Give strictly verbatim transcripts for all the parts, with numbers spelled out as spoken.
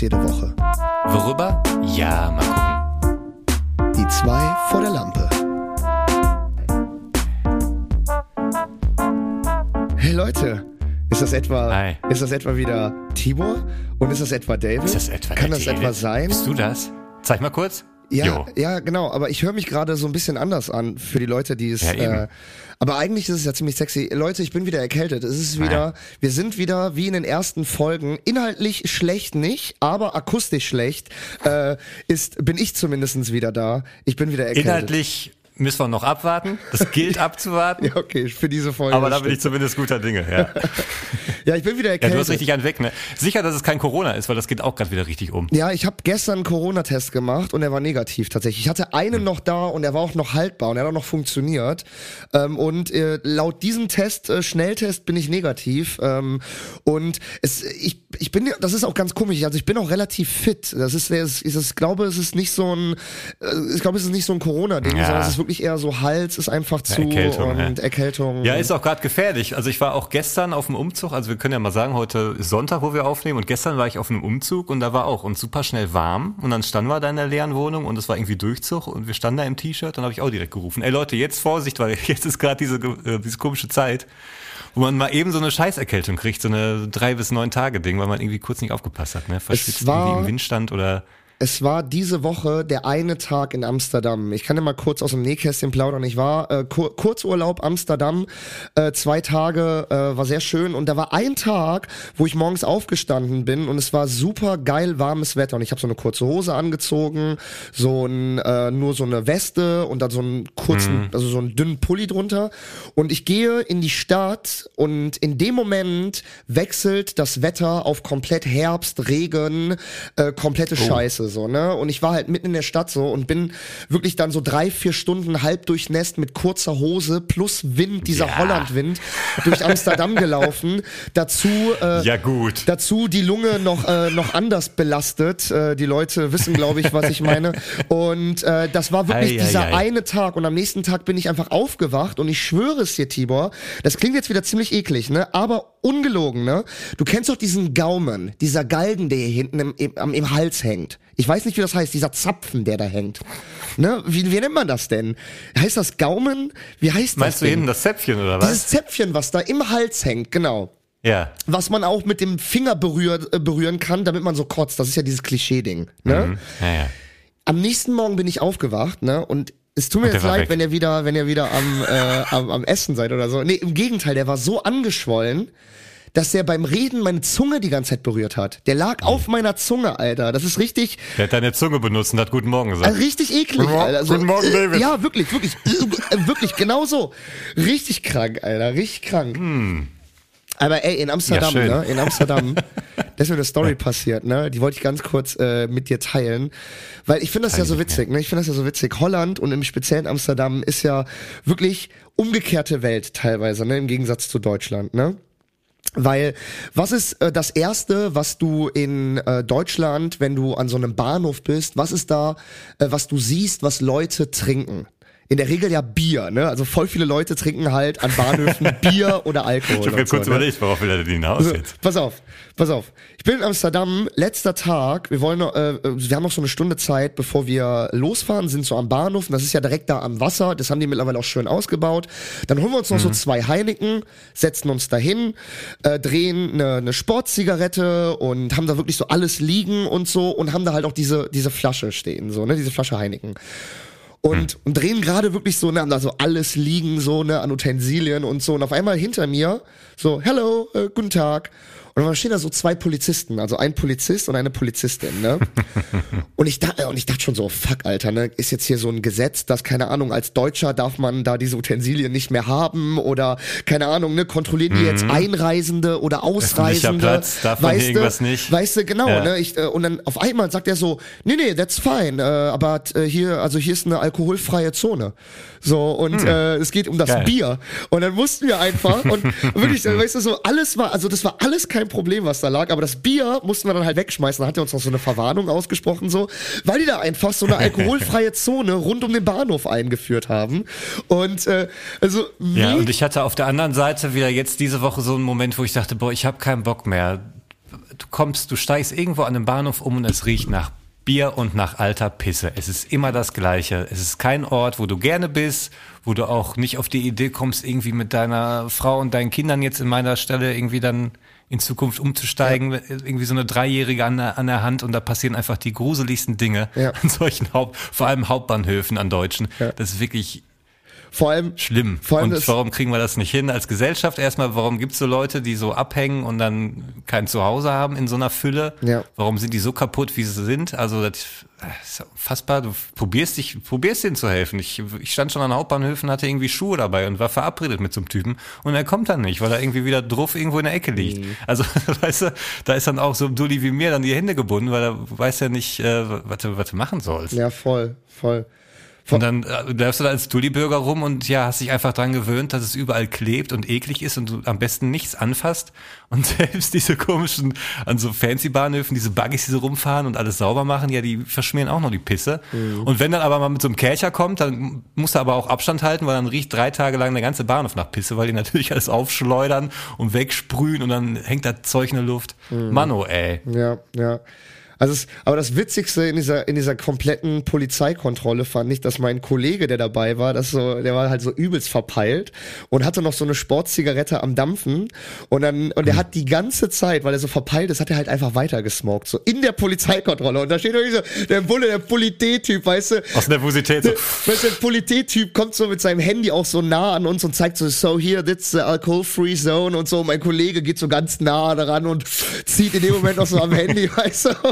jede Woche. Worüber? Ja, mal gucken. Die zwei vor der Lampe. Hey Leute, ist das etwa, Hi. ist das etwa wieder Tibor? Und ist das etwa David? Ist das etwa Kann der das David? etwa sein? Bist du das? Zeig mal kurz. Ja, Jo. ja, genau, aber ich höre mich gerade so ein bisschen anders an für die Leute, die es, Ja, eben. äh, aber eigentlich ist es ja ziemlich sexy. Leute, ich bin wieder erkältet. Es ist wieder, Nein. wir sind wieder wie in den ersten Folgen, inhaltlich schlecht nicht, aber akustisch schlecht, äh, ist, bin ich zumindest wieder da. Ich bin wieder erkältet. Inhaltlich müssen wir noch abwarten. Das gilt abzuwarten. Ja, okay, für diese Folge. Aber da das bin ich stimmt. zumindest guter Dinge. Ja. Ja, ich bin wieder Ja, erkältet. du hast richtig einen weg, ne? Sicher, dass es kein Corona ist, weil das geht auch gerade wieder richtig um. Ja, ich habe gestern einen Corona-Test gemacht und er war negativ tatsächlich. Ich hatte einen noch da und er war auch noch haltbar und er hat auch noch funktioniert. Ähm, und äh, laut diesem Test, äh, Schnelltest, bin ich negativ. Ähm, und es, ich, ich bin, das ist auch ganz komisch. Also ich bin auch relativ fit. Das ist, ist, ist ich glaube, es ist nicht so ein, äh, ich glaube, es ist nicht so ein Corona-Ding, Ja. sondern es ist wirklich eher so Hals, ist einfach zu Erkältung, und ja. Erkältung. Ja, ist auch gerade gefährlich. Also ich war auch gestern auf dem Umzug, also wir können ja mal sagen, heute ist Sonntag, wo wir aufnehmen, und gestern war ich auf einem Umzug und da war auch uns super schnell warm und dann standen wir da in der leeren Wohnung und es war irgendwie Durchzug und wir standen da im T-Shirt und habe ich auch direkt gerufen, ey Leute, jetzt Vorsicht, weil jetzt ist gerade diese, äh, diese komische Zeit, wo man mal eben so eine Scheißerkältung kriegt, so eine drei bis neun Tage Ding, weil man irgendwie kurz nicht aufgepasst hat, ne? Verschwitzt war- irgendwie im Wind stand oder... Es war diese Woche der eine Tag in Amsterdam. Ich kann ja mal kurz aus dem Nähkästchen plaudern. Ich war äh, Kur- Kurzurlaub Amsterdam, äh, zwei Tage, äh, war sehr schön. Und da war ein Tag, wo ich morgens aufgestanden bin und es war super geil warmes Wetter. Und ich habe so eine kurze Hose angezogen, so ein äh, nur so eine Weste und dann so einen kurzen, Mhm. also so einen dünnen Pulli drunter. Und ich gehe in die Stadt und in dem Moment wechselt das Wetter auf komplett Herbst, Regen, äh, komplette Scheiße. So, ne? Und ich war halt mitten in der Stadt so und bin wirklich dann so drei, vier Stunden halb durchnässt mit kurzer Hose plus Wind, dieser Ja. Hollandwind, durch Amsterdam gelaufen. Dazu, äh, Ja gut. dazu die Lunge noch, äh, noch anders belastet. Äh, die Leute wissen, glaube ich, was ich meine. Und äh, das war wirklich Ei, ei, dieser ei. eine Tag. Und am nächsten Tag bin ich einfach aufgewacht und ich schwöre es dir, Tibor, das klingt jetzt wieder ziemlich eklig, ne? Aber ungelogen, ne? Du kennst doch diesen Gaumen, dieser Galgen, der hier hinten im, im, am- im Hals hängt. Ich weiß nicht, wie das heißt, dieser Zapfen, der da hängt. Ne? Wie, wie nennt man das denn? Heißt das Gaumen? Wie heißt Meinst das du denn? hinten das Zäpfchen oder was? Dieses Zäpfchen, was da im Hals hängt, genau. Ja. Was man auch mit dem Finger berührt, äh, berühren kann, damit man so kotzt. Das ist ja dieses Klischee-Ding. Ne? Mhm. Ja, ja. Am nächsten Morgen bin ich aufgewacht, ne? Und es tut mir Und der jetzt war leid, weg. wenn ihr wieder, wenn ihr wieder am, äh, am, am Essen seid oder so. Nee, im Gegenteil, der war so angeschwollen, dass der beim Reden meine Zunge die ganze Zeit berührt hat. Der lag auf meiner Zunge, Alter. Das ist richtig, Der hat deine Zunge benutzt und hat Guten Morgen gesagt. also richtig eklig, Guten Morgen- Alter. So, Guten Morgen, äh, David. Ja, wirklich, wirklich, äh, wirklich, genau so. Richtig krank, Alter, richtig krank. Aber ey, in Amsterdam, Ja, schön. ne, in Amsterdam, da ist mir eine Story passiert, ne, die wollte ich ganz kurz äh, mit dir teilen, weil ich finde das ja Teil so mit witzig, ne, ich finde das ja so witzig. Holland und im speziellen Amsterdam ist ja wirklich umgekehrte Welt teilweise, ne, im Gegensatz zu Deutschland, ne. Weil, was ist äh, das Erste, was du in äh, Deutschland, wenn du an so einem Bahnhof bist, was ist da, äh, was du siehst, was Leute trinken? In der Regel ja Bier, ne? Also voll viele Leute trinken halt an Bahnhöfen Bier oder Alkohol. Ich habe und gerade so, kurz ne? überlegt, worauf will er denn hinaus So, jetzt? pass auf, pass auf. Ich bin in Amsterdam, letzter Tag, wir wollen noch, äh, wir haben noch so eine Stunde Zeit, bevor wir losfahren, sind so am Bahnhof, und das ist ja direkt da am Wasser, das haben die mittlerweile auch schön ausgebaut. Dann holen wir uns noch so zwei Heineken, setzen uns dahin, äh, drehen eine, eine Sportzigarette und haben da wirklich so alles liegen und so und haben da halt auch diese, diese Flasche stehen, so, ne, diese Flasche Heineken. Und, und drehen gerade wirklich so, ne, haben da so alles liegen, so, ne, an Utensilien und so. Und auf einmal hinter mir, so, hello, äh, guten Tag. Und dann stehen da so zwei Polizisten, also ein Polizist und eine Polizistin, ne? Und ich dachte, und ich dachte schon so, fuck, Alter, ne, ist jetzt hier so ein Gesetz, dass, keine Ahnung, als Deutscher darf man da diese Utensilien nicht mehr haben oder, keine Ahnung, ne, kontrollieren die jetzt Einreisende oder Ausreisende? Platz, darf man hier irgendwas nicht? Weißt du, genau, Ja. ne, ich, äh, und dann auf einmal sagt er so, nee, nee, that's fine, äh, aber äh, hier, also hier ist eine alkoholfreie Zone. So, und äh, es geht um das Geil. Bier. Und dann wussten wir einfach, und wirklich, äh, weißt du, so, alles war, also das war alles kein Problem, was da lag, aber das Bier mussten wir dann halt wegschmeißen. Da hat er uns noch so eine Verwarnung ausgesprochen, so, weil die da einfach so eine alkoholfreie Zone rund um den Bahnhof eingeführt haben. Und äh, also Ja, wie- und ich hatte auf der anderen Seite wieder jetzt diese Woche so einen Moment, wo ich dachte, boah, ich habe keinen Bock mehr. du kommst, du steigst irgendwo an einem Bahnhof um und es riecht nach Bier und nach alter Pisse. Es ist immer das Gleiche. Es ist kein Ort, wo du gerne bist, wo du auch nicht auf die Idee kommst, irgendwie mit deiner Frau und deinen Kindern jetzt in meiner Stelle irgendwie dann in Zukunft umzusteigen. Ja. Irgendwie so eine Dreijährige an der, an der Hand und da passieren einfach die gruseligsten Dinge ja. an solchen Haupt, vor allem Hauptbahnhöfen an Deutschen. Ja. Das ist wirklich Vor allem schlimm. Vor allem und warum kriegen wir das nicht hin als Gesellschaft? Erstmal, warum gibt's so Leute, die so abhängen und dann kein Zuhause haben in so einer Fülle? Ja. Warum sind die so kaputt, wie sie sind? Also das ist unfassbar. Du probierst dich, probierst denen zu helfen. Ich, ich stand schon an Hauptbahnhöfen, hatte irgendwie Schuhe dabei und war verabredet mit so einem Typen und er kommt dann nicht, weil er irgendwie wieder druff irgendwo in der Ecke liegt. Mhm. Also weißt du, da ist dann auch so ein Dulli wie mir dann die Hände gebunden, weil er weiß ja nicht, äh, was, du, was du machen sollst. Ja, voll, voll. Und dann äh, läufst du da als Dulli-Bürger rum und ja, hast dich einfach dran gewöhnt, dass es überall klebt und eklig ist und du am besten nichts anfasst. Und selbst diese komischen, an so Fancy-Bahnhöfen, diese Buggies, die so rumfahren und alles sauber machen, ja, die verschmieren auch noch die Pisse. Mhm. Und wenn dann aber mal mit so einem Kercher kommt, dann musst du aber auch Abstand halten, weil dann riecht drei Tage lang der ganze Bahnhof nach Pisse, weil die natürlich alles aufschleudern und wegsprühen und dann hängt da Zeug in der Luft. Mhm. Mano, ey. Ja, ja. Also es, aber das Witzigste in dieser in dieser kompletten Polizeikontrolle fand ich, dass mein Kollege, der dabei war, das so, der war halt so übelst verpeilt und hatte noch so eine Sportzigarette am Dampfen und dann und der hat die ganze Zeit, weil er so verpeilt ist, hat er halt einfach weiter gesmoked, so in der Polizeikontrolle und da steht irgendwie so der Bulle, der Polité-Typ, weißt du, aus Nervosität so. Weißt du, der Polité-Typ kommt so mit seinem Handy auch so nah an uns und zeigt so, so here, that's the alcohol-free zone und so, mein Kollege geht so ganz nah daran und zieht in dem Moment noch so am Handy, weißt du,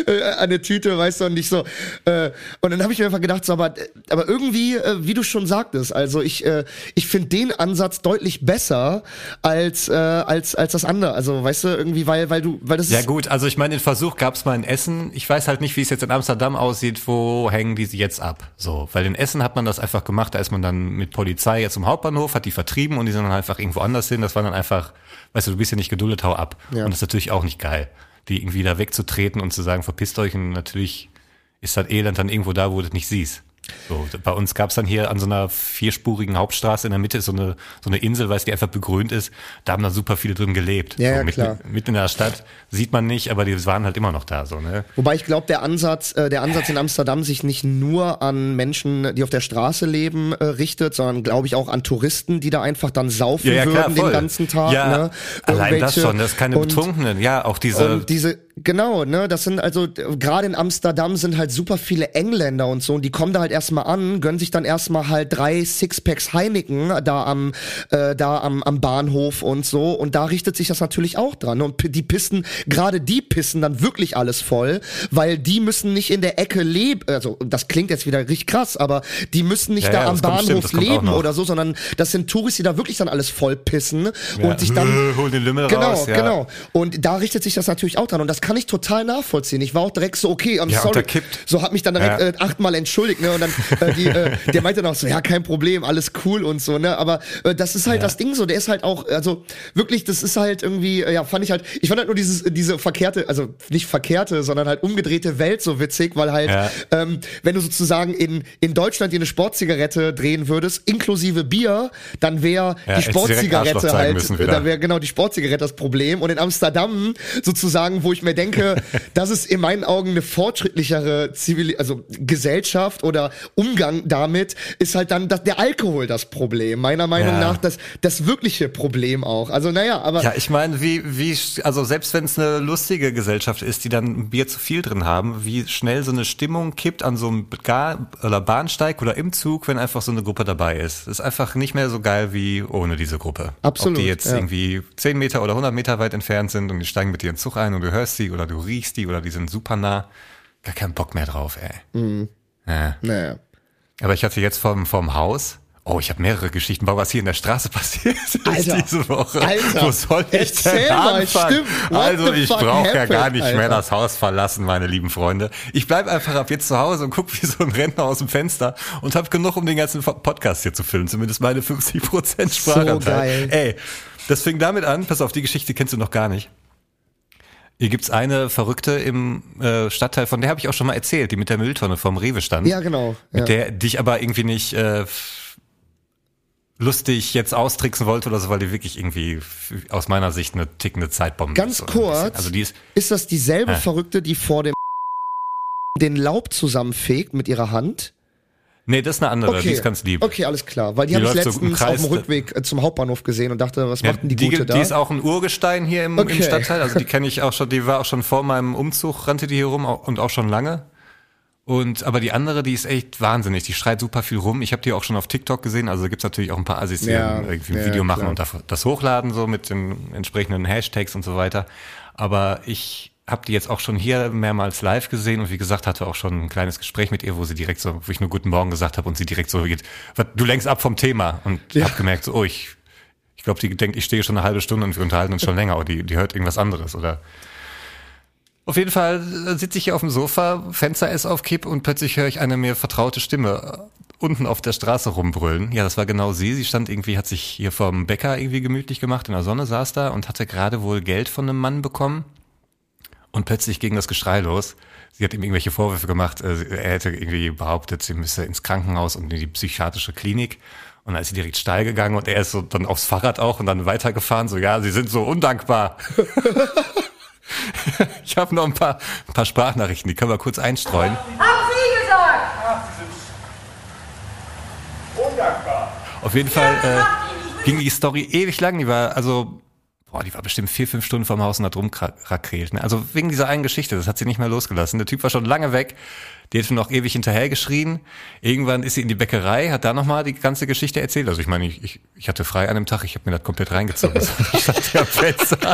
an der Tüte, weißt du, und nicht so. Äh, und dann habe ich mir einfach gedacht, so, aber, aber irgendwie, äh, wie du schon sagtest, also ich, äh, ich finde den Ansatz deutlich besser als, äh, als, als das andere. Also, weißt du, irgendwie, weil, weil du, weil das ja ist. Gut, also ich meine, den Versuch gab es mal in Essen. Ich weiß halt nicht, wie es jetzt in Amsterdam aussieht, wo hängen die sie jetzt ab. So, weil in Essen hat man das einfach gemacht, da ist man dann mit Polizei jetzt zum Hauptbahnhof, hat die vertrieben und die sind dann einfach irgendwo anders hin. Das war dann einfach, weißt du, du bist ja nicht geduldet, hau ab. Ja. Und das ist natürlich auch nicht geil, die irgendwie da wegzutreten und zu sagen, verpisst euch, und natürlich ist das Elend dann irgendwo da, wo du das nicht siehst. So, bei uns gab's dann hier an so einer vierspurigen Hauptstraße in der Mitte ist so eine so eine Insel, weil es die einfach begrünt ist. Da haben dann super viele drin gelebt. Ja, so, ja, mitten, klar. mitten in der Stadt sieht man nicht, aber die waren halt immer noch da. So, ne? Wobei ich glaube, der Ansatz, äh, der Ansatz in Amsterdam sich nicht nur an Menschen, die auf der Straße leben, äh, richtet, sondern glaube ich auch an Touristen, die da einfach dann saufen ja, ja, klar, würden voll. den ganzen Tag. Ja, ne? allein das schon, das ist keine und, Betrunkenen. Ja, auch diese. Und diese Genau, ne, das sind also, gerade in Amsterdam sind halt super viele Engländer und so, und die kommen da halt erstmal an, gönnen sich dann erstmal halt drei Sixpacks Heineken da am, äh, da am, am Bahnhof und so, und da richtet sich das natürlich auch dran, und die pissen, gerade die pissen dann wirklich alles voll, weil die müssen nicht in der Ecke leben, also das klingt jetzt wieder richtig krass, aber die müssen nicht ja, da ja, am Bahnhof stimmt, leben oder so, sondern das sind Touris, die da wirklich dann alles voll pissen ja. und sich dann, hol den Lümmel genau, raus, ja. genau, und da richtet sich das natürlich auch dran, und das kann ich total nachvollziehen. Ich war auch direkt so, okay, I'm ja, sorry. Kippt. So, hab mich dann direkt ja. äh, achtmal entschuldigt, ne, und dann, äh, die, äh, der meinte dann auch so, ja, kein Problem, alles cool und so, ne, aber äh, das ist halt ja. das Ding so, der ist halt auch, also wirklich, das ist halt irgendwie, äh, ja, fand ich halt, ich fand halt nur dieses, diese verkehrte, also nicht verkehrte, sondern halt umgedrehte Welt so witzig, weil halt, ja. ähm, wenn du sozusagen in, in Deutschland dir eine Sportzigarette drehen würdest, inklusive Bier, dann wäre ja, die Sportzigarette halt, dann wäre genau die Sportzigarette das Problem, und in Amsterdam sozusagen, wo ich mir denke, das ist in meinen Augen eine fortschrittlichere Zivil also Gesellschaft oder Umgang damit, ist halt dann das, der Alkohol das Problem. Meiner Meinung ja. nach das, das wirkliche Problem auch. Also naja, aber... Ja, ich meine, wie, wie, also selbst wenn es eine lustige Gesellschaft ist, die dann ein Bier zu viel drin haben, wie schnell so eine Stimmung kippt an so einem Gar- oder Bahnsteig oder im Zug, wenn einfach so eine Gruppe dabei ist. Das ist einfach nicht mehr so geil wie ohne diese Gruppe. Absolut. Ob die jetzt ja. irgendwie zehn Meter oder hundert Meter weit entfernt sind und die steigen mit dir in den Zug ein und du hörst sie oder du riechst die oder die sind super nah. Gar keinen Bock mehr drauf, ey. Mhm. Ja. Naja. Aber ich hatte jetzt vom, vom Haus, oh, ich habe mehrere Geschichten, was hier in der Straße passiert ist Alter, diese Woche. Alter, wo soll ich erzähl denn mal, anfangen? stimmt. Also ich brauche ja gar nicht Alter. mehr das Haus verlassen, meine lieben Freunde. Ich bleib einfach ab jetzt zu Hause und guck wie so ein Rentner aus dem Fenster und habe genug, um den ganzen Podcast hier zu füllen. Zumindest meine fünfzig Prozent Sprachanteil. So geil. Ey, das fing damit an, pass auf, die Geschichte kennst du noch gar nicht. Hier gibt's eine Verrückte im äh, Stadtteil, von der habe ich auch schon mal erzählt, die mit der Mülltonne vorm Rewe stand. Ja, genau. Mit ja. der dich aber irgendwie nicht, äh, lustig jetzt austricksen wollte oder so, weil die wirklich irgendwie aus meiner Sicht eine tickende Zeitbombe Ganz ist. Ganz kurz, also die ist, ist das dieselbe äh. Verrückte, die vor dem den Laub zusammenfegt mit ihrer Hand? Nee, das ist eine andere, okay. die ist ganz lieb. Okay, alles klar, weil die, die habe ich letztens so auf dem Rückweg äh, zum Hauptbahnhof gesehen und dachte, was ja, macht denn die, die Gute da? Die ist auch ein Urgestein hier im, okay. im Stadtteil, also die kenne ich auch schon, die war auch schon vor meinem Umzug, rannte die hier rum und auch schon lange. Und aber die andere, die ist echt wahnsinnig, die schreit super viel rum. Ich habe die auch schon auf TikTok gesehen, also gibt's natürlich auch ein paar Assis, die ja, irgendwie ein ja, Video machen klar. und das hochladen so mit den entsprechenden Hashtags und so weiter. Aber ich habe die jetzt auch schon hier mehrmals live gesehen und wie gesagt, hatte auch schon ein kleines Gespräch mit ihr, wo sie direkt so, wo ich nur Guten Morgen gesagt habe und sie direkt so geht, du lenkst ab vom Thema und ja. habe gemerkt, so, oh, ich, ich glaube, die denkt, ich stehe schon eine halbe Stunde und wir unterhalten uns schon länger, oder die, die hört irgendwas anderes oder. Auf jeden Fall sitze ich hier auf dem Sofa, Fenster ist auf Kipp und plötzlich höre ich eine mir vertraute Stimme unten auf der Straße rumbrüllen. Ja, das war genau sie. Sie stand irgendwie, hat sich hier vom Bäcker irgendwie gemütlich gemacht, in der Sonne saß da und hatte gerade wohl Geld von einem Mann bekommen. Und plötzlich ging das Geschrei los. Sie hat ihm irgendwelche Vorwürfe gemacht. Er hätte irgendwie behauptet, sie müsse ins Krankenhaus und in die psychiatrische Klinik. Und dann ist sie direkt steil gegangen und er ist so dann aufs Fahrrad auch und dann weitergefahren. So, ja, sie sind so undankbar. Ich habe noch ein paar, ein paar Sprachnachrichten, die können wir kurz einstreuen. Haben Sie gesagt? Ach, Sie sind undankbar. Auf jeden Fall äh, ging die Story ewig lang. Die war also... Boah, die war bestimmt vier, fünf Stunden vom Haus und hat rumrakrält. Ne? Also wegen dieser einen Geschichte, das hat sie nicht mehr losgelassen. Der Typ war schon lange weg, die hat schon noch ewig hinterher geschrien. Irgendwann ist sie in die Bäckerei, hat da nochmal die ganze Geschichte erzählt. Also ich meine, ich, ich, ich hatte frei an dem Tag, ich habe mir das komplett reingezogen. Ich stand ja am Fenster.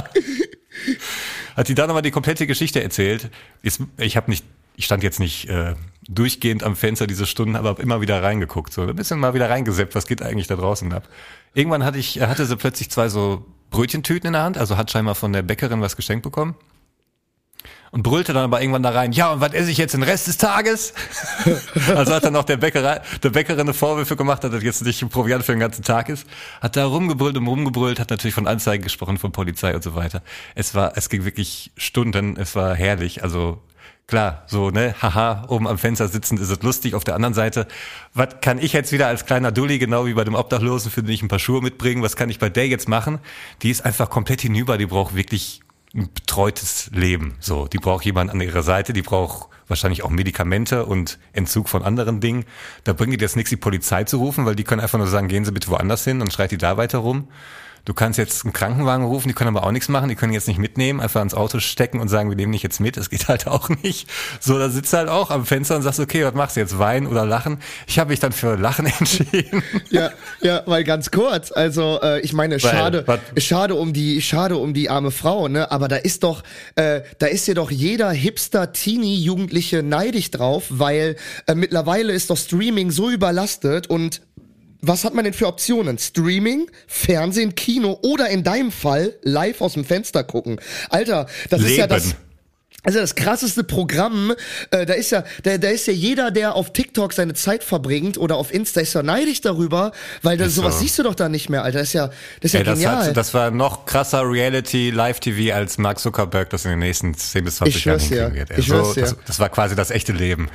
Hat die da nochmal die komplette Geschichte erzählt. Ich habe nicht, ich stand jetzt nicht äh, durchgehend am Fenster diese Stunden, aber habe immer wieder reingeguckt. So ein bisschen mal wieder reingeseppt, was geht eigentlich da draußen ab. Irgendwann hatte ich, hatte sie plötzlich zwei so Brötchentüten in der Hand, also hat scheinbar von der Bäckerin was geschenkt bekommen und brüllte dann aber irgendwann da rein, ja, und was esse ich jetzt den Rest des Tages? Also hat dann noch der Bäckerei, der Bäckerin eine Vorwürfe gemacht, dass das jetzt nicht ein Proviant für den ganzen Tag ist, hat da rumgebrüllt und rumgebrüllt, hat natürlich von Anzeigen gesprochen, von Polizei und so weiter. Es war, es ging wirklich Stunden, es war herrlich, also klar, so, ne, haha, oben am Fenster sitzend ist es lustig. Auf der anderen Seite, was kann ich jetzt wieder als kleiner Dulli, genau wie bei dem Obdachlosen, für den ich ein paar Schuhe mitbringen, was kann ich bei der jetzt machen? Die ist einfach komplett hinüber, die braucht wirklich ein betreutes Leben. So, die braucht jemanden an ihrer Seite, die braucht wahrscheinlich auch Medikamente und Entzug von anderen Dingen. Da bringt die jetzt nichts, die Polizei zu rufen, weil die können einfach nur sagen, gehen Sie bitte woanders hin, und schreit die da weiter rum. Du kannst jetzt einen Krankenwagen rufen, die können aber auch nichts machen, die können jetzt nicht mitnehmen, einfach ans Auto stecken und sagen, wir nehmen dich jetzt mit, das geht halt auch nicht. So, da sitzt du halt auch am Fenster und sagst, okay, was machst du jetzt, weinen oder lachen? Ich habe mich dann für Lachen entschieden. Ja, ja, weil ganz kurz, also äh, ich meine, schade, weil, schade um die, schade um die arme Frau, ne? Aber da ist doch, äh, da ist ja doch jeder Hipster, Teenie, Jugendliche neidisch drauf, weil äh, mittlerweile ist doch Streaming so überlastet und was hat man denn für Optionen? Streaming, Fernsehen, Kino oder in deinem Fall live aus dem Fenster gucken. Alter, das Leben. ist ja das... Also das krasseste Programm, äh, da ist ja, da, da ist ja jeder, der auf TikTok seine Zeit verbringt oder auf Insta, ist ja neidisch darüber, weil das, sowas so. siehst du doch da nicht mehr, Alter. Das ist ja, das ist ja, ja genial. Das, hat, das war noch krasser Reality Live-T V, als Mark Zuckerberg das in den nächsten zehn bis zwanzig Jahren hinkriegen wird. Ich so, das, das war quasi das echte Leben.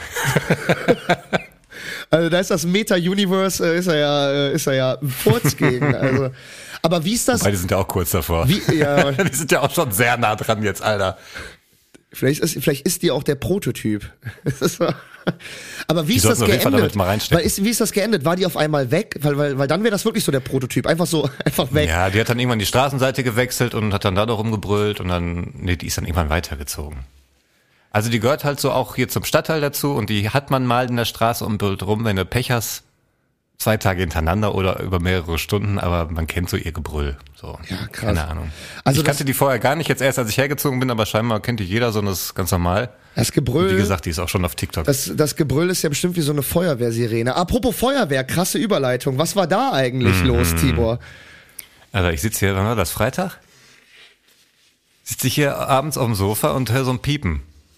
Also da ist das Meta-Universe, äh, ist er ja, äh, ist er ja ein Furz gegen. Also, aber wie ist das? Wobei, die sind ja auch kurz davor. Wie, ja, die sind ja auch schon sehr nah dran jetzt, Alter. Vielleicht ist, vielleicht ist die auch der Prototyp. Aber wie die ist das geendet? Mal weil ist, wie ist das geendet? War die auf einmal weg? Weil, weil, weil dann wäre das wirklich so der Prototyp. Einfach so, einfach weg. Ja, die hat dann irgendwann die Straßenseite gewechselt und hat dann da noch rumgebrüllt und dann, nee, die ist dann irgendwann weitergezogen. Also die gehört halt so auch hier zum Stadtteil dazu und die hat man mal in der Straße und brüllt rum, wenn du Pech hast, zwei Tage hintereinander oder über mehrere Stunden, aber man kennt so ihr Gebrüll. So, ja, krass. Keine Ahnung. Also ich kannte die vorher gar nicht, jetzt erst als ich hergezogen bin, aber scheinbar kennt die jeder, so und das ist ganz normal. Das Gebrüll. Und wie gesagt, die ist auch schon auf TikTok. Das, das Gebrüll ist ja bestimmt wie so eine Feuerwehrsirene. Apropos Feuerwehr, krasse Überleitung. Was war da eigentlich mhm. los, Tibor? Also ich sitze hier, wann war das, Freitag? Sitze ich hier abends auf dem Sofa und höre so ein Piepen.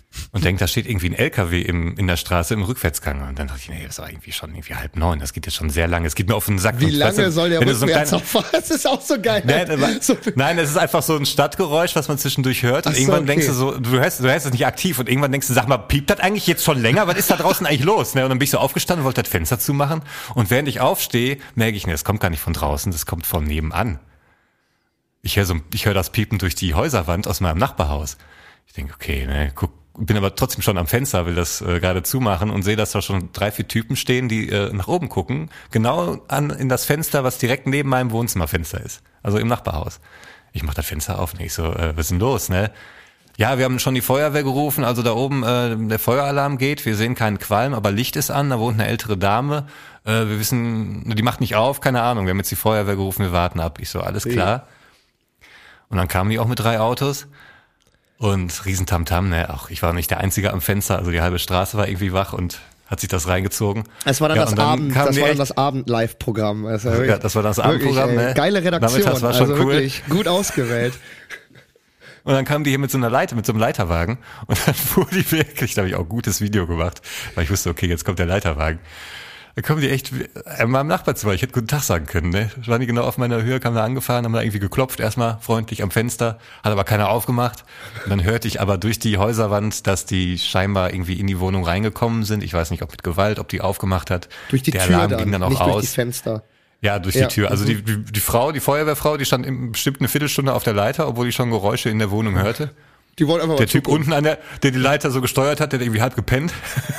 und denke, da steht irgendwie ein L K W im, in der Straße im Rückwärtsgang. Und dann dachte ich, nee, das ist doch irgendwie schon irgendwie halb neun. Das geht jetzt schon sehr lange. Es geht mir auf den Sack. Wie und, lange weißt du, soll der wenn du so ein rückwärts kleiner- auffahren? Das ist auch so geil. Nein, aber, so, nein, es ist einfach so ein Stadtgeräusch, was man zwischendurch hört. Und Ach so, irgendwann okay. denkst du so, du hörst, du hörst es nicht aktiv. Und irgendwann denkst du, sag mal, piept das eigentlich jetzt schon länger? Was ist da draußen eigentlich los? Ne? Und dann bin ich so aufgestanden, wollte das Fenster zumachen. Und während ich aufstehe, merke ich, ne, das kommt gar nicht von draußen, das kommt von nebenan. Ich höre so, ich höre das Piepen durch die Häuserwand aus meinem Nachbarhaus. Ich denke, okay, ne, guck, bin aber trotzdem schon am Fenster, will das äh, gerade zumachen und sehe, dass da schon drei, vier Typen stehen, die äh, nach oben gucken, genau an in das Fenster, was direkt neben meinem Wohnzimmerfenster ist, also im Nachbarhaus. Ich mach das Fenster auf und ich so, äh, was ist denn los, ne? Ja, wir haben schon die Feuerwehr gerufen, also da oben äh, der Feueralarm geht, wir sehen keinen Qualm, aber Licht ist an, da wohnt eine ältere Dame, äh, wir wissen, die macht nicht auf, keine Ahnung, wir haben jetzt die Feuerwehr gerufen, wir warten ab. Ich so, alles klar. Und dann kamen die auch mit drei Autos. Und riesen Tamtam, ne, auch ich war nicht der Einzige am Fenster, also die halbe Straße war irgendwie wach und hat sich das reingezogen. Es war dann ja, das und dann Abend, kamen das die war dann echt- das Abend-Live-Programm. Das war Ja, wirklich- das war das wirklich, Abendprogramm, ey, ne? Geile Redaktion, Nachmittags war schon also cool. wirklich gut ausgewählt. Und dann kamen die hier mit so einer Leiter, mit so einem Leiterwagen und dann fuhr die wirklich, da habe ich auch ein gutes Video gemacht, weil ich wusste, okay, jetzt kommt der Leiterwagen. Da kommen die echt in meinem Nachbarzimmer, ich hätte guten Tag sagen können, ne? Waren die genau auf meiner Höhe, kamen da angefahren, haben da irgendwie geklopft, erstmal freundlich am Fenster, hat aber keiner aufgemacht. Und dann hörte ich aber durch die Häuserwand, dass die scheinbar irgendwie in die Wohnung reingekommen sind. Ich weiß nicht, ob mit Gewalt, ob die aufgemacht hat. Durch die der Tür Alarm dann, ging dann auch nicht aus. durch die Fenster. Ja, durch Ja, die Tür. Also mhm. die, die, die Frau, die Feuerwehrfrau, die stand im, bestimmt eine Viertelstunde auf der Leiter, obwohl die schon Geräusche in der Wohnung hörte. Die wollten einfach Der mal Typ zugucken. unten an der, der die Leiter so gesteuert hat, der hat irgendwie halb gepennt.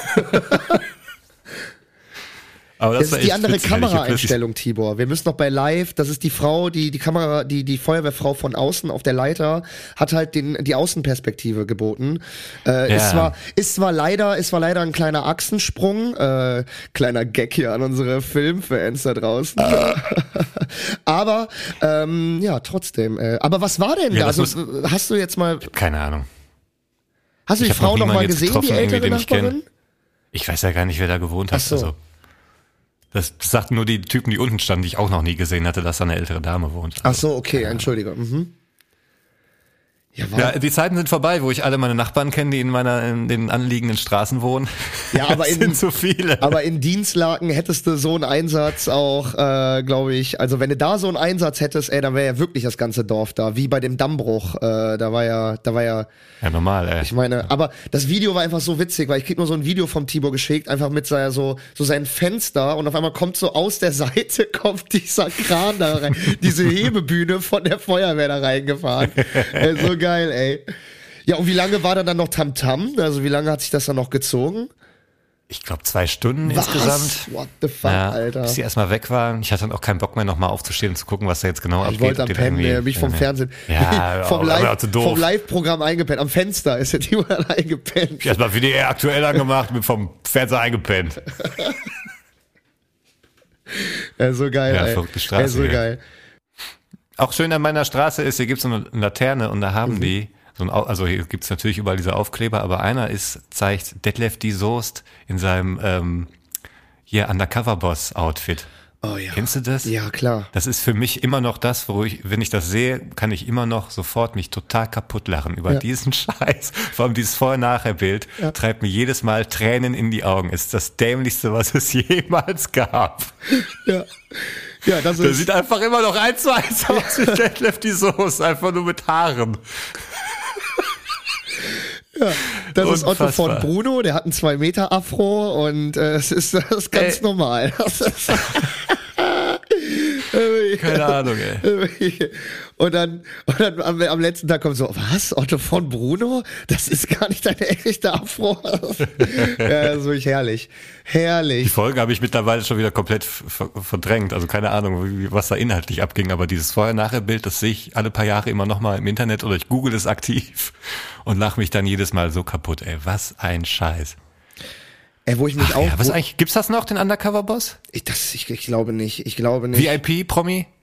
Aber Das war ist die echt andere witzig, wenn ich hier Kameraeinstellung, Tibor. Wir müssen noch bei Live, das ist die Frau, die die Kamera, die die Feuerwehrfrau von außen auf der Leiter hat halt den die Außenperspektive geboten. Äh, Ja. ist zwar ist zwar leider ist zwar leider ein kleiner Achsensprung, äh, kleiner Gag hier an unsere Filmfans da draußen. Aber ähm, ja, trotzdem. Äh, aber was war denn Ja, da? das Also muss- hast du jetzt mal plötzlich- Keine Ahnung. hast du die Ich hab noch Frau noch niemanden mal jetzt gesehen, die getroffen, irgendwie, ältere den ich kenn. Nachbarin? Ich weiß ja gar nicht, wer da gewohnt hat. Ach so. Also, das sagten nur die Typen, die unten standen, die ich auch noch nie gesehen hatte, dass da eine ältere Dame wohnt. Ach so, okay, entschuldige. Mhm. Ja, war, Ja, die Zeiten sind vorbei, wo ich alle meine Nachbarn kenne, die in meiner in den anliegenden Straßen wohnen. Ja, aber Das in- sind so viele. Aber in Dienstlaken hättest du so einen Einsatz auch, äh, glaube ich, also wenn du da so einen Einsatz hättest, ey, dann wäre ja wirklich das ganze Dorf da, wie bei dem Dammbruch, äh, da war ja, da war ja, Ja, normal, ey. ich meine, aber das Video war einfach so witzig, weil ich krieg nur so ein Video vom Tibor geschickt, einfach mit seiner, so, so sein Fenster und auf einmal kommt so aus der Seite, kommt dieser Kran da rein, diese Hebebühne von der Feuerwehr da reingefahren. Ey, so geil, ey. Ja, und wie lange war da dann noch Tamtam? Also wie lange hat sich das dann noch gezogen? Ich glaube zwei Stunden Was? insgesamt. What the fuck, Ja, Alter? bis die erstmal weg waren. Ich hatte dann auch keinen Bock mehr, nochmal aufzustehen und zu gucken, was da jetzt genau abgeht. Ich wollte am Ob die Pennen, irgendwie- äh, bin ich vom ja, Fernsehen, Ja, vom aber Live, zu doof. vom Live-Programm eingepennt. Am Fenster ist der Timo dann eingepennt. Ich erstmal W D R aktuell angemacht, bin vom Fernseher eingepennt. Äh, so geil, Ja, ey. verrückte Straße Ey, so hier. geil. Auch schön an meiner Straße ist, hier gibt's so eine Laterne und da haben Mhm. die so ein, Au- also hier gibt's natürlich überall diese Aufkleber, aber einer ist, zeigt Detlef die Soest in seinem ähm, hier Undercover-Boss-Outfit. Oh ja. Kennst du das? Ja, klar. Das ist für mich immer noch das, wo ich, wenn ich das sehe, kann ich immer noch sofort mich total kaputt lachen über Ja. diesen Scheiß. Vor allem dieses Vorher-Nachher-Bild treibt mir jedes Mal Tränen in die Augen. Ist das dämlichste, was es jemals gab. Ja. Ja, das Der ist, sieht einfach immer noch eins zu eins aus wie Detlef die Soße, einfach nur mit Haaren. das ist Otto von unfassbar. Bruno, der hat einen zwei Meter Afro und äh, es ist, das ist ganz Ey. normal. Das ist Keine Ahnung, ey. Und dann, und dann am, am letzten Tag kommt so, was? Otto von Bruno? Das ist gar nicht deine echte Afro. Ja, das ist wirklich herrlich. Die Herrlich. Folge habe ich mittlerweile schon wieder komplett ver- verdrängt. Also keine Ahnung, wie, was da inhaltlich abging. Aber dieses Vorher-Nachher-Bild, das sehe ich alle paar Jahre immer noch mal im Internet oder ich google es aktiv und lache mich dann jedes Mal so kaputt. Ey, was ein Scheiß. Ey, wo ich mich Ach auch, ja, was wo, eigentlich? Gibt's das noch, den Undercover-Boss? ich, das, ich, ich glaube nicht, ich glaube nicht. V I P, Promi?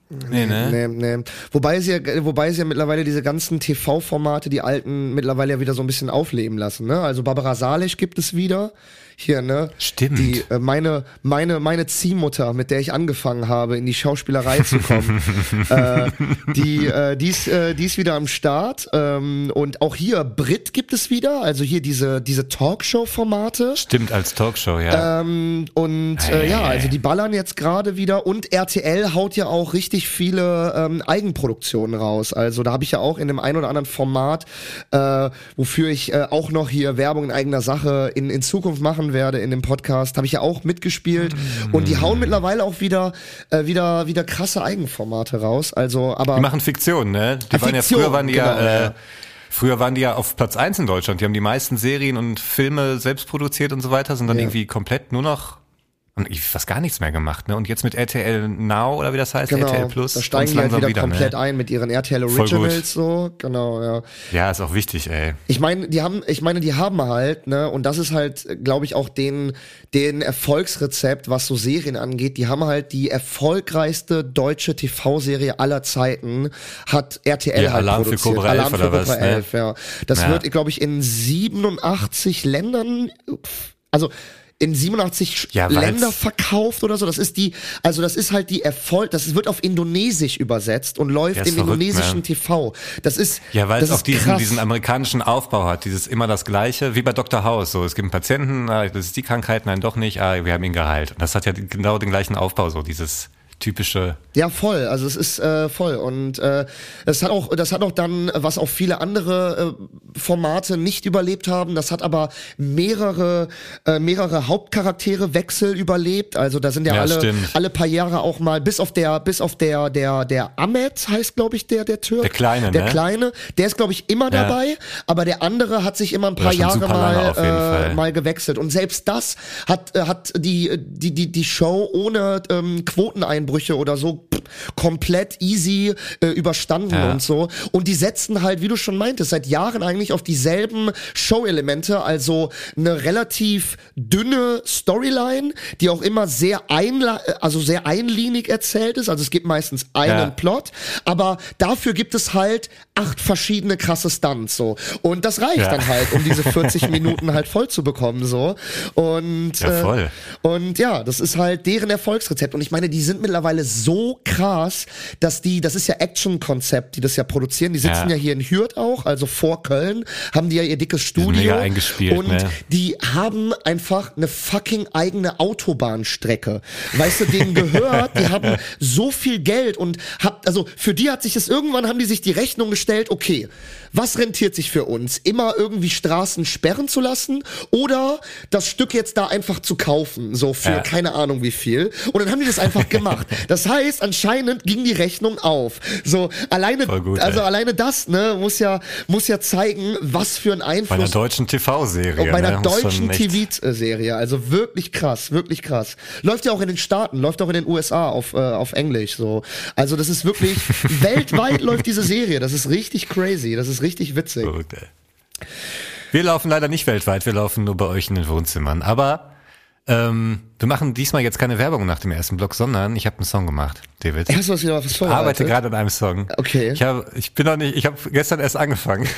Nee, ne? Nee, nee. Wobei es ja, wobei es ja mittlerweile diese ganzen T V-Formate, die alten, mittlerweile ja wieder so ein bisschen aufleben lassen, ne? Also Barbara Salisch gibt es wieder. Hier, ne? Stimmt. Die, äh, meine, meine, meine Ziehmutter, mit der ich angefangen habe, in die Schauspielerei zu kommen, äh, die, äh, die ist, äh, die ist wieder am Start. Ähm, und auch hier, Brit gibt es wieder, also hier diese, diese Talkshow-Formate. Stimmt, als Talkshow, ja. Ähm, und äh, ja, also die ballern jetzt gerade wieder und R T L haut ja auch richtig viele ähm, Eigenproduktionen raus. Also da habe ich ja auch in dem ein oder anderen Format, äh, wofür ich äh, auch noch hier Werbung in eigener Sache in, in Zukunft machen werde in dem Podcast, habe ich ja auch mitgespielt mm. und die hauen mittlerweile auch wieder äh, wieder wieder krasse Eigenformate raus. Also, aber die machen Fiktion, ne? Die ah, waren Fiktion, ja früher waren die genau, ja, äh, ja. Früher waren die ja auf Platz eins in Deutschland. Die haben die meisten Serien und Filme selbst produziert und so weiter, sind dann ja. irgendwie komplett nur noch und ich fast gar nichts mehr gemacht, ne? Und jetzt mit R T L Now oder wie das heißt, genau, R T L Plus, da steigen die halt wieder, wieder komplett ne? ein mit ihren R T L Originals so, genau, ja. Ja, ist auch wichtig, ey. Ich meine, die haben, ich meine, die haben halt, ne, und das ist halt, glaube ich, auch den, den Erfolgsrezept, was so Serien angeht. Die haben halt die erfolgreichste deutsche T V-Serie aller Zeiten, hat R T L ja, halt Alarm produziert. Für Cobra Alarm elf für oder Cobra was, elf, ne? ja. Das ja. wird, glaube ich, in siebenundachtzig Ländern, also in siebenundachtzig ja, Länder verkauft oder so. Das ist die, also das ist halt die Erfolg, das wird auf Indonesisch übersetzt und läuft im verrückt, indonesischen man. T V. Das ist, ja, weil das es auch ist diesen, krass. diesen amerikanischen Aufbau hat, dieses immer das Gleiche, wie bei Doktor House. So, es gibt einen Patienten, ah, das ist die Krankheit, nein, doch nicht, ah, wir haben ihn geheilt. Und das hat ja genau den gleichen Aufbau, so dieses typische. Ja, voll. Also es ist äh, voll und äh, das hat auch, das hat auch dann, was auch viele andere äh, Formate nicht überlebt haben. Das hat aber mehrere, äh, mehrere Hauptcharaktere Wechsel überlebt. Also da sind ja, Ja, alle, stimmt. alle paar Jahre auch mal, bis auf der, bis auf der, der, der Ahmed heißt, glaube ich, der, der Türk. Der Kleine, Der ne? Kleine, der ist, glaube ich, immer Ja. dabei. Aber der andere hat sich immer ein paar schon Jahre super lange auf jeden mal, äh, Fall. mal gewechselt. Und selbst das hat, äh, hat die, die, die, die Show ohne ähm, Quoteneinbrüche oder so komplett easy äh, überstanden Ja. und so. Und die setzen halt, wie du schon meintest, seit Jahren eigentlich auf dieselben Show-Elemente, also eine relativ dünne Storyline, die auch immer sehr einla- also sehr einlinig erzählt ist. Also es gibt meistens einen Ja. Plot, aber dafür gibt es halt acht verschiedene krasse Stunts so. Und das reicht Ja. dann halt, um diese vierzig Minuten halt voll zu bekommen so. Und Ja, voll. Äh, und ja, das ist halt deren Erfolgsrezept. Und ich meine, die sind mittlerweile so krass, dass die, das ist ja Action-Konzept, die das ja produzieren. Die sitzen ja, Ja. hier in Hürth auch, also vor Köln, haben die ja ihr dickes Studio. mega eingespielt, und ne? die haben einfach eine fucking eigene Autobahnstrecke. Weißt du, denen gehört, die haben so viel Geld und habt, also für die hat sich das, irgendwann haben die sich die Rechnung gestellt, okay, was rentiert sich für uns? Immer irgendwie Straßen sperren zu lassen oder das Stück jetzt da einfach zu kaufen, so für Ja. keine Ahnung wie viel. Und dann haben die das einfach gemacht. Das heißt, anscheinend ging die Rechnung auf. So, alleine, Voll gut, also ey. alleine das, ne, muss ja, muss ja zeigen, was für ein Bei einer Einfluss deutschen T V-Serie. und bei einer ne? Muss deutschen schon echt- T V-Serie, also wirklich krass, wirklich krass. Läuft ja auch in den Staaten, läuft auch in den U S A auf, äh, auf Englisch, so. Also das ist wirklich, weltweit läuft diese Serie, das ist richtig crazy, das ist richtig witzig. Verrückt, ey. Wir laufen leider nicht weltweit, wir laufen nur bei euch in den Wohnzimmern. Aber ähm, wir machen diesmal jetzt keine Werbung nach dem ersten Block, sondern ich habe einen Song gemacht, David. Hast du was wieder was Ich vorbereitet? arbeite gerade an einem Song. Okay. Ich habe, ich bin noch nicht, ich habe gestern erst angefangen.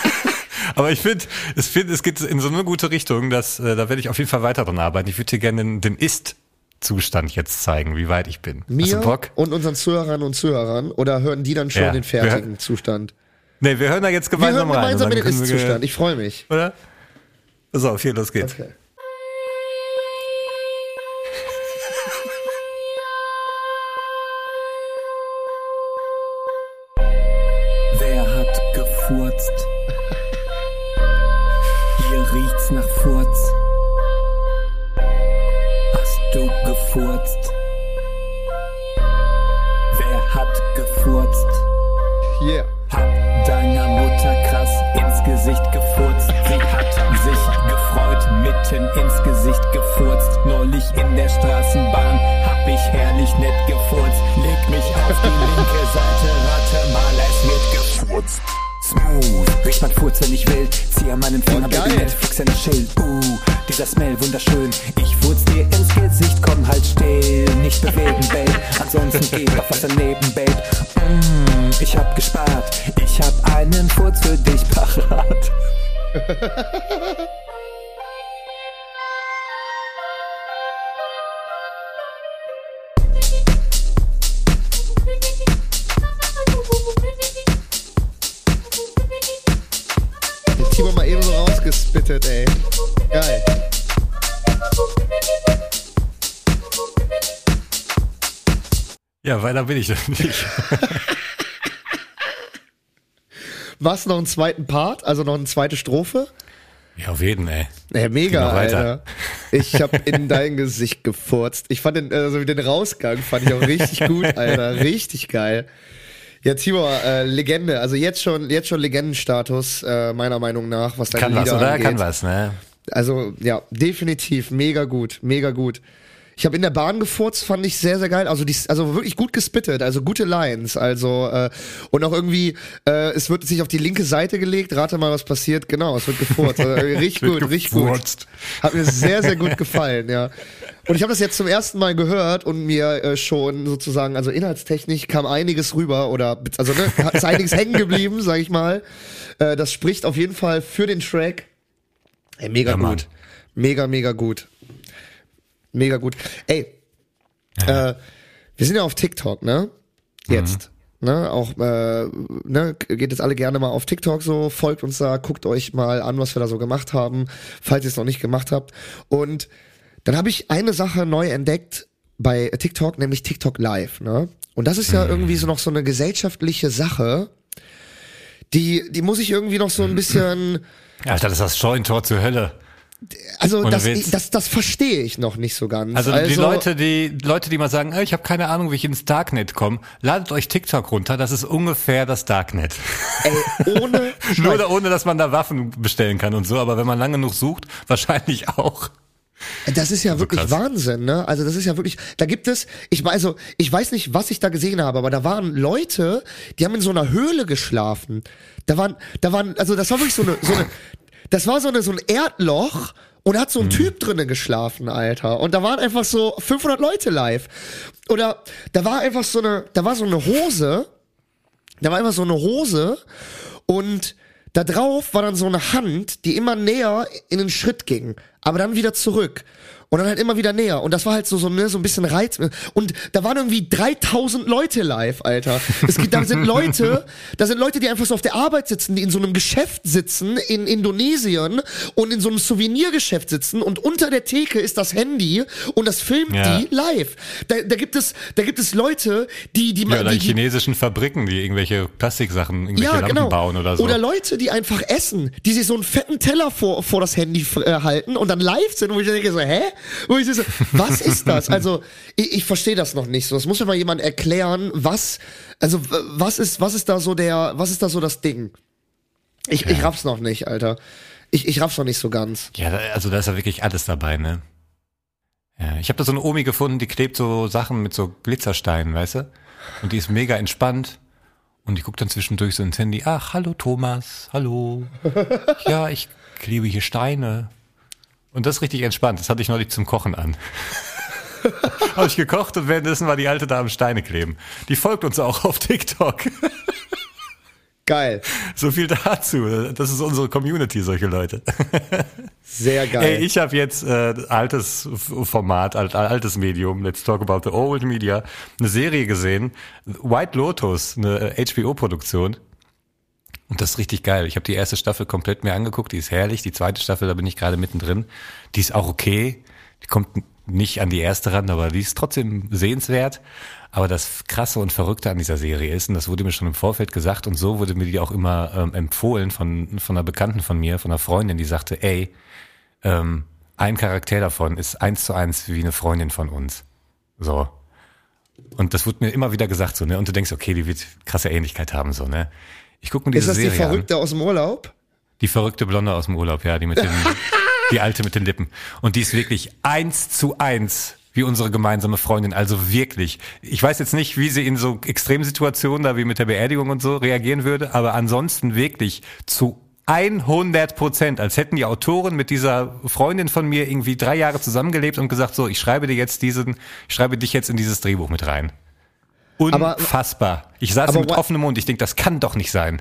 Aber ich finde, es, find, es geht in so eine gute Richtung, dass äh, da werde ich auf jeden Fall weiter dran arbeiten. Ich würde dir gerne den, den Ist-Zustand jetzt zeigen, wie weit ich bin. Hast Mir du Bock? und unseren Zuhörern und Zuhörern oder hören die dann schon Ja, den fertigen wir- Zustand? Nee, wir hören da jetzt Wir gemeinsam hören rein. gemeinsam und in dann den können wir- Ist-Zustand, ich freue mich. Oder? Pass auf, hier, los geht's. Okay. Wer hat gefurzt? Hier riecht's nach Furz. Hast du gefurzt? Wer hat gefurzt? Yeah. Hab deiner Mutter krass ins Gesicht gefurzt. Sie hat sich gefreut, mitten ins Gesicht gefurzt. Neulich in der Straßenbahn hab ich herrlich nett gefurzt. Leg mich auf die linke Seite, rate mal, es wird gefurzt. Smooth, riecht mein Furz, wenn ich will. Zieh an meinen Finger, Oh, Baby, geil. Netflix ein Schild. Uh, dieser Smell, wunderschön. Ich furz dir ins Gesicht, komm halt still. Nicht bewegen, Babe, ansonsten tanzen, geh auf was daneben, Babe. Mm, ich hab gespart, ich hab einen Furz für dich parat. Timo mal eben so rausgespittet, ey. Geil. Ja, weiter bin ich doch nicht. Was, noch einen zweiten Part? Also noch eine zweite Strophe? Ja, auf jeden, ey. Ja, mega, weiter. Alter. Ich hab in dein Gesicht gefurzt. Ich fand den, also den Rausgang fand ich auch richtig gut, Alter. Richtig geil. Ja, Timo, äh, Legende. Also jetzt schon, jetzt schon Legendenstatus, äh, meiner Meinung nach, was deine Kann Lieder was, oder? angeht. Kann was, ne? Also, ja, definitiv. Mega gut, mega gut. Ich habe in der Bahn gefurzt, fand ich sehr, sehr geil. Also, die, also wirklich gut gespittet, also gute Lines. Also, äh, und auch irgendwie, äh, es wird sich auf die linke Seite gelegt. Rate mal, was passiert. Genau, es wird gefurzt. Also, richtig gut, richtig gut. Hat mir sehr, sehr gut gefallen, ja. Und ich habe das jetzt zum ersten Mal gehört und mir äh, schon sozusagen, also inhaltstechnisch kam einiges rüber oder, also ne, ist einiges hängen geblieben, sag ich mal. Äh, das spricht auf jeden Fall für den Track. Ey, mega Ja, gut. Mann. Mega, mega gut. Mega gut. Ey, Ja. äh, wir sind ja auf TikTok, ne? Jetzt. Mhm. Ne? Auch, äh, ne, geht jetzt alle gerne mal auf TikTok so, folgt uns da, guckt euch mal an, was wir da so gemacht haben, falls ihr es noch nicht gemacht habt. Und dann habe ich eine Sache neu entdeckt bei TikTok, nämlich TikTok Live, ne? Und das ist ja mhm. irgendwie so noch so eine gesellschaftliche Sache, die, die muss ich irgendwie noch so ein bisschen... Alter, das ist das Scheunentor zur Hölle. Also Ohne das, Witz. das, das verstehe ich noch nicht so ganz. Also, also die Leute, die Leute, die mal sagen, hey, ich habe keine Ahnung, wie ich ins Darknet komme, ladet euch TikTok runter, das ist ungefähr das Darknet. Ey, ohne Nur oder ohne, dass man da Waffen bestellen kann und so, aber wenn man lange genug sucht, wahrscheinlich auch. Das ist ja So wirklich krass. Wahnsinn, ne? Also das ist ja wirklich, da gibt es, ich weiß, also ich weiß nicht, was ich da gesehen habe, aber da waren Leute, die haben in so einer Höhle geschlafen. Da waren, da waren, also das war wirklich so eine, so eine, das war so eine, so ein Erdloch. Und da hat so ein mhm. Typ drinnen geschlafen, Alter. Und da waren einfach so fünfhundert Leute live. Oder da war einfach so eine, da war so eine Hose, da war einfach so eine Hose und da drauf war dann so eine Hand, die immer näher in den Schritt ging, aber dann wieder zurück. Und dann halt immer wieder näher. Und das war halt so, so, ne, so ein bisschen Reiz. Und da waren irgendwie dreitausend Leute live, Alter. Es gibt, da sind Leute, da sind Leute, die einfach so auf der Arbeit sitzen, die in so einem Geschäft sitzen, in Indonesien, und in so einem Souvenirgeschäft sitzen, und unter der Theke ist das Handy, und das filmt Ja. die live. Da, da gibt es, da gibt es Leute, die, die, Ja, oder die, in die chinesischen Fabriken, die irgendwelche Plastiksachen, irgendwelche Lampen bauen oder so. Oder Leute, die einfach essen, die sich so einen fetten Teller vor, vor das Handy äh, halten und dann live sind, wo ich denke so, hä? Wo ich so, was ist das? Also, ich, ich verstehe das noch nicht so. Es muss mir mal jemand erklären, was, also, w- was ist, was ist da so der, was ist da so das Ding? Ich, Ja. ich raff's noch nicht, Alter. Ich, ich raff's noch nicht so ganz. Ja, da, also da ist ja wirklich alles dabei, ne? Ja, ich habe da so eine Omi gefunden, die klebt so Sachen mit so Glitzersteinen, weißt du? Und die ist mega entspannt. Und die guckt dann zwischendurch so ins Handy. Ach, hallo Thomas, hallo. Ja, ich klebe hier Steine. Und das ist richtig entspannt. Das hatte ich neulich zum Kochen an. Habe ich gekocht und währenddessen war die Alte da am Steine kleben. Die folgt uns auch auf TikTok. Geil. So viel dazu. Das ist unsere Community, solche Leute. Sehr geil. Ey, ich habe jetzt äh, altes Format, alt, altes Medium, Let's Talk About the Old Media, eine Serie gesehen, White Lotus, eine H B O-Produktion. Und das ist richtig geil. Ich habe die erste Staffel komplett mir angeguckt, die ist herrlich. Die zweite Staffel, da bin ich gerade mittendrin. Die ist auch okay. Die kommt nicht an die erste ran, aber die ist trotzdem sehenswert. Aber das Krasse und Verrückte an dieser Serie ist, und das wurde mir schon im Vorfeld gesagt, und so wurde mir die auch immer ähm, empfohlen von von einer Bekannten von mir, von einer Freundin, die sagte, ey, ähm, ein Charakter davon ist eins zu eins wie eine Freundin von uns. So. Und das wurde mir immer wieder gesagt, so, ne? Und du denkst, okay, die wird krasse Ähnlichkeit haben, so, ne? Ich guck mir diese Ist das die Serie Verrückte an. aus dem Urlaub? Die verrückte Blonde aus dem Urlaub, ja, die mit den, die Alte mit den Lippen. Und die ist wirklich eins zu eins wie unsere gemeinsame Freundin. Also wirklich. Ich weiß jetzt nicht, wie sie in so Extremsituationen, da wie mit der Beerdigung und so reagieren würde, aber ansonsten wirklich zu hundert Prozent, als hätten die Autoren mit dieser Freundin von mir irgendwie drei Jahre zusammengelebt und gesagt, so, ich schreibe dir jetzt diesen, ich schreibe dich jetzt in dieses Drehbuch mit rein. Unfassbar. Ich saß aber mit Whi- offenem Mund, ich denke, das kann doch nicht sein.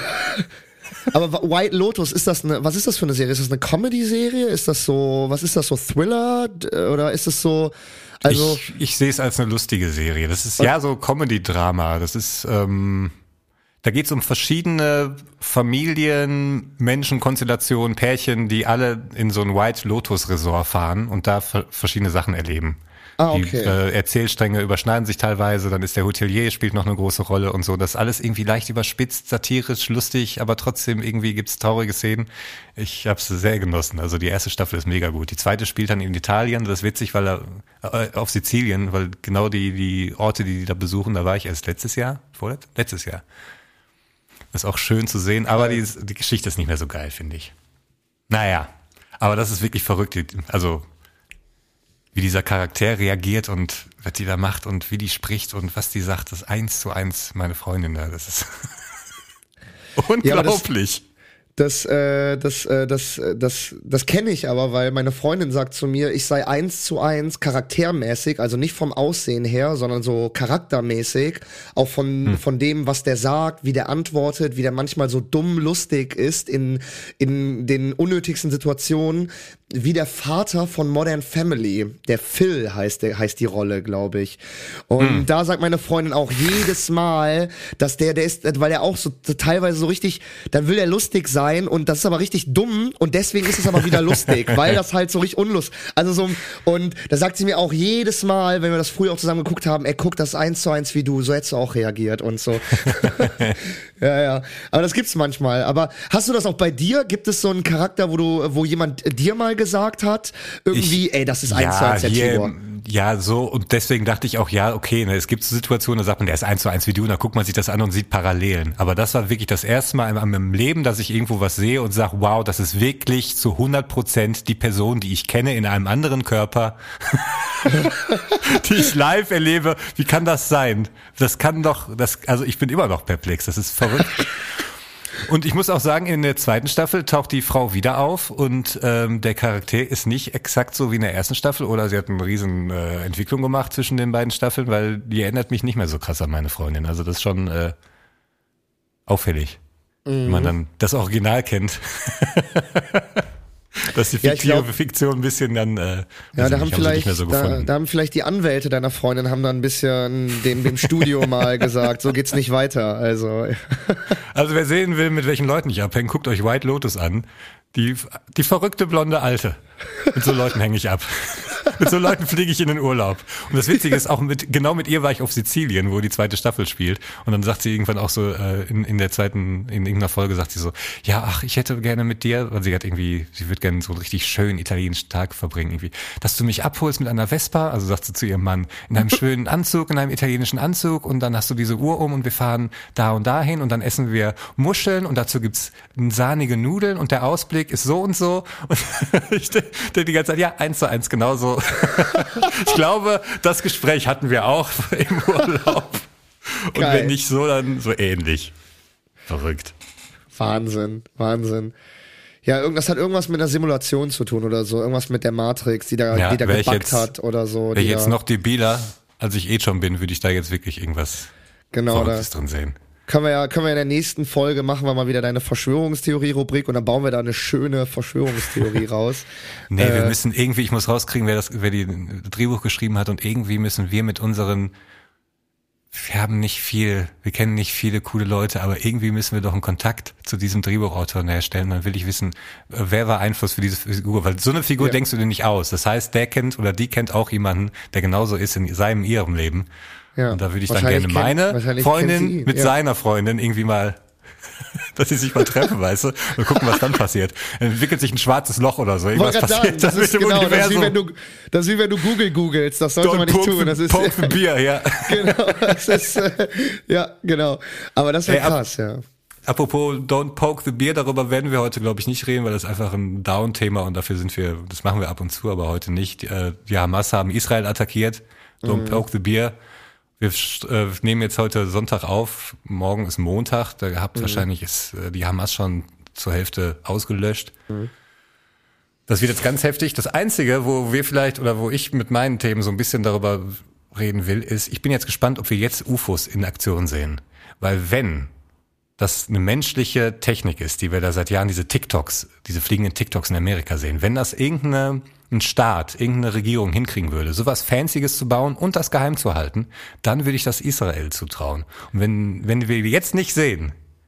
Aber White Lotus, ist das eine, was ist das für eine Serie? Ist das eine Comedy-Serie? Ist das so, was ist das so, Thriller? D- Oder ist es so, also... ich ich sehe es als eine lustige Serie. Das ist ja so Comedy-Drama. Das ist, ähm, da geht es um verschiedene Familien, Menschen, Konstellationen, Pärchen, die alle in so ein White Lotus Resort fahren und da ver- verschiedene Sachen erleben. Ah, okay. Die äh, Erzählstränge überschneiden sich teilweise, dann ist der Hotelier, spielt noch eine große Rolle und so. Das ist alles irgendwie leicht überspitzt, satirisch, lustig, aber trotzdem irgendwie gibt's traurige Szenen. Ich habe es sehr genossen. Also die erste Staffel ist mega gut. Die zweite spielt dann in Italien, das ist witzig, weil er äh, auf Sizilien, weil genau die die Orte, die die da besuchen, da war ich erst letztes Jahr, vorletzt? Letztes Jahr. Das ist auch schön zu sehen, aber die, die Geschichte ist nicht mehr so geil, finde ich. Naja, aber das ist wirklich verrückt. Also wie dieser Charakter reagiert und was die da macht und wie die spricht und was die sagt, das ist eins zu eins meine Freundin da. Das ist unglaublich. Das, äh, das, äh, das, äh, das, das kenne ich aber, weil meine Freundin sagt zu mir, ich sei eins zu eins charaktermäßig, also nicht vom Aussehen her, sondern so charaktermäßig, auch von, hm. von dem, was der sagt, wie der antwortet, wie der manchmal so dumm lustig ist in, in den unnötigsten Situationen, wie der Vater von Modern Family, der Phil heißt, der, heißt die Rolle, glaube ich. Und hm. da sagt meine Freundin auch jedes Mal, dass der, der ist, weil er auch so teilweise so richtig, dann will er lustig sein, und das ist aber richtig dumm und deswegen ist es aber wieder lustig, weil das halt so richtig unlust. Also so, und da sagt sie mir auch jedes Mal, wenn wir das früher auch zusammen geguckt haben, ey, guck, das eins zu eins wie du, so hättest du auch reagiert und so. Ja, ja. Aber das gibt's manchmal. Aber hast du das auch bei dir? Gibt es so einen Charakter, wo du, wo jemand dir mal gesagt hat, irgendwie, ich, ey, das ist eins zu eins der Tibor? Ja, so, und deswegen dachte ich auch, ja, okay, ne, es gibt so Situationen, da sagt man, der ist eins zu eins wie du, und da guckt man sich das an und sieht Parallelen. Aber das war wirklich das erste Mal in meinem Leben, dass ich irgendwo was sehe und sage, wow, das ist wirklich zu hundert Prozent die Person, die ich kenne in einem anderen Körper, die ich live erlebe. Wie kann das sein? Das kann doch, das, also ich bin immer noch perplex, das ist verrückt. Und ich muss auch sagen, in der zweiten Staffel taucht die Frau wieder auf und ähm, der Charakter ist nicht exakt so wie in der ersten Staffel, oder sie hat eine riesen äh, Entwicklung gemacht zwischen den beiden Staffeln, weil die erinnert mich nicht mehr so krass an meine Freundin. Also das ist schon äh, auffällig, mhm. wenn man dann das Original kennt. Dass die fiktive ja, glaub, Fiktion ein bisschen dann äh, ja, da haben nicht, vielleicht haben so da, da haben vielleicht die Anwälte deiner Freundin haben dann ein bisschen dem dem Studio mal gesagt, so geht's nicht weiter. Also also wer sehen will, mit welchen Leuten ich abhänge, guckt euch White Lotus an. Die die verrückte blonde Alte. Mit so Leuten hänge ich ab. Mit so Leuten fliege ich in den Urlaub. Und das Witzige ist auch, mit genau mit ihr war ich auf Sizilien, wo die zweite Staffel spielt. Und dann sagt sie irgendwann auch so, äh, in, in der zweiten, in irgendeiner Folge sagt sie so, ja, ach, ich hätte gerne mit dir, weil sie hat irgendwie, sie würde gerne so einen richtig schönen italienischen Tag verbringen, irgendwie, dass du mich abholst mit einer Vespa, also sagt sie zu ihrem Mann, in einem schönen Anzug, in einem italienischen Anzug, und dann hast du diese Uhr um und wir fahren da und dahin und dann essen wir Muscheln und dazu gibt's sahnige Nudeln und der Ausblick ist so und so. Und ich denke die ganze Zeit, ja, eins zu eins, genauso. Ich glaube, das Gespräch hatten wir auch im Urlaub. Und Geil. Wenn nicht so, dann so ähnlich. Verrückt. Wahnsinn, Wahnsinn. Ja, irgendwas hat irgendwas mit einer Simulation zu tun oder so. Irgendwas mit der Matrix, die da, ja, die da gebackt jetzt, hat oder so. Wäre ich jetzt noch debiler, als ich eh schon bin, würde ich da jetzt wirklich irgendwas genau, Verrücktes drin sehen. Können wir ja, können wir in der nächsten Folge machen wir mal wieder deine Verschwörungstheorie-Rubrik und dann bauen wir da eine schöne Verschwörungstheorie raus. Nee, äh, wir müssen irgendwie, ich muss rauskriegen, wer das, wer die das Drehbuch geschrieben hat, und irgendwie müssen wir mit unseren, wir haben nicht viel, wir kennen nicht viele coole Leute, aber irgendwie müssen wir doch einen Kontakt zu diesem Drehbuchautor herstellen. Dann will ich wissen, wer war Einfluss für diese Figur, weil so eine Figur ja. denkst du dir nicht aus. Das heißt, der kennt oder die kennt auch jemanden, der genauso ist in seinem, ihrem Leben. Ja, und da würde ich dann gerne meine kennt, Freundin mit ja. seiner Freundin irgendwie mal, dass sie sich mal treffen, weißt du, und gucken, was dann passiert. Dann entwickelt sich ein schwarzes Loch oder so. Irgendwas passiert sagen, das ist genau, Universum. Das ist, wie wenn du, das ist wie wenn du Google googelst. Das sollte Don't man nicht tun. Das ist poke the beer, ja. Genau, das ist, äh, ja, genau. Aber das wäre krass, ja. Apropos Don't Poke the Beer, darüber werden wir heute, glaube ich, nicht reden, weil das einfach ein Down-Thema und dafür sind wir, das machen wir ab und zu, aber heute nicht. Die Hamas haben Israel attackiert. Don't mhm. Poke the Beer. Wir äh, nehmen jetzt heute Sonntag auf, morgen ist Montag, da habt mhm. wahrscheinlich ist äh, die Hamas schon zur Hälfte ausgelöscht. Mhm. Das wird jetzt ganz heftig. Das Einzige, wo wir vielleicht oder wo ich mit meinen Themen so ein bisschen darüber reden will, ist, ich bin jetzt gespannt, ob wir jetzt U F Os in Aktion sehen. Weil wenn das eine menschliche Technik ist, die wir da seit Jahren, diese TikToks, diese fliegenden TikToks in Amerika sehen, wenn das irgendeine, ein Staat, irgendeine Regierung hinkriegen würde, sowas Fancyes zu bauen und das geheim zu halten, dann würde ich das Israel zutrauen. Und wenn, wenn wir jetzt nicht sehen,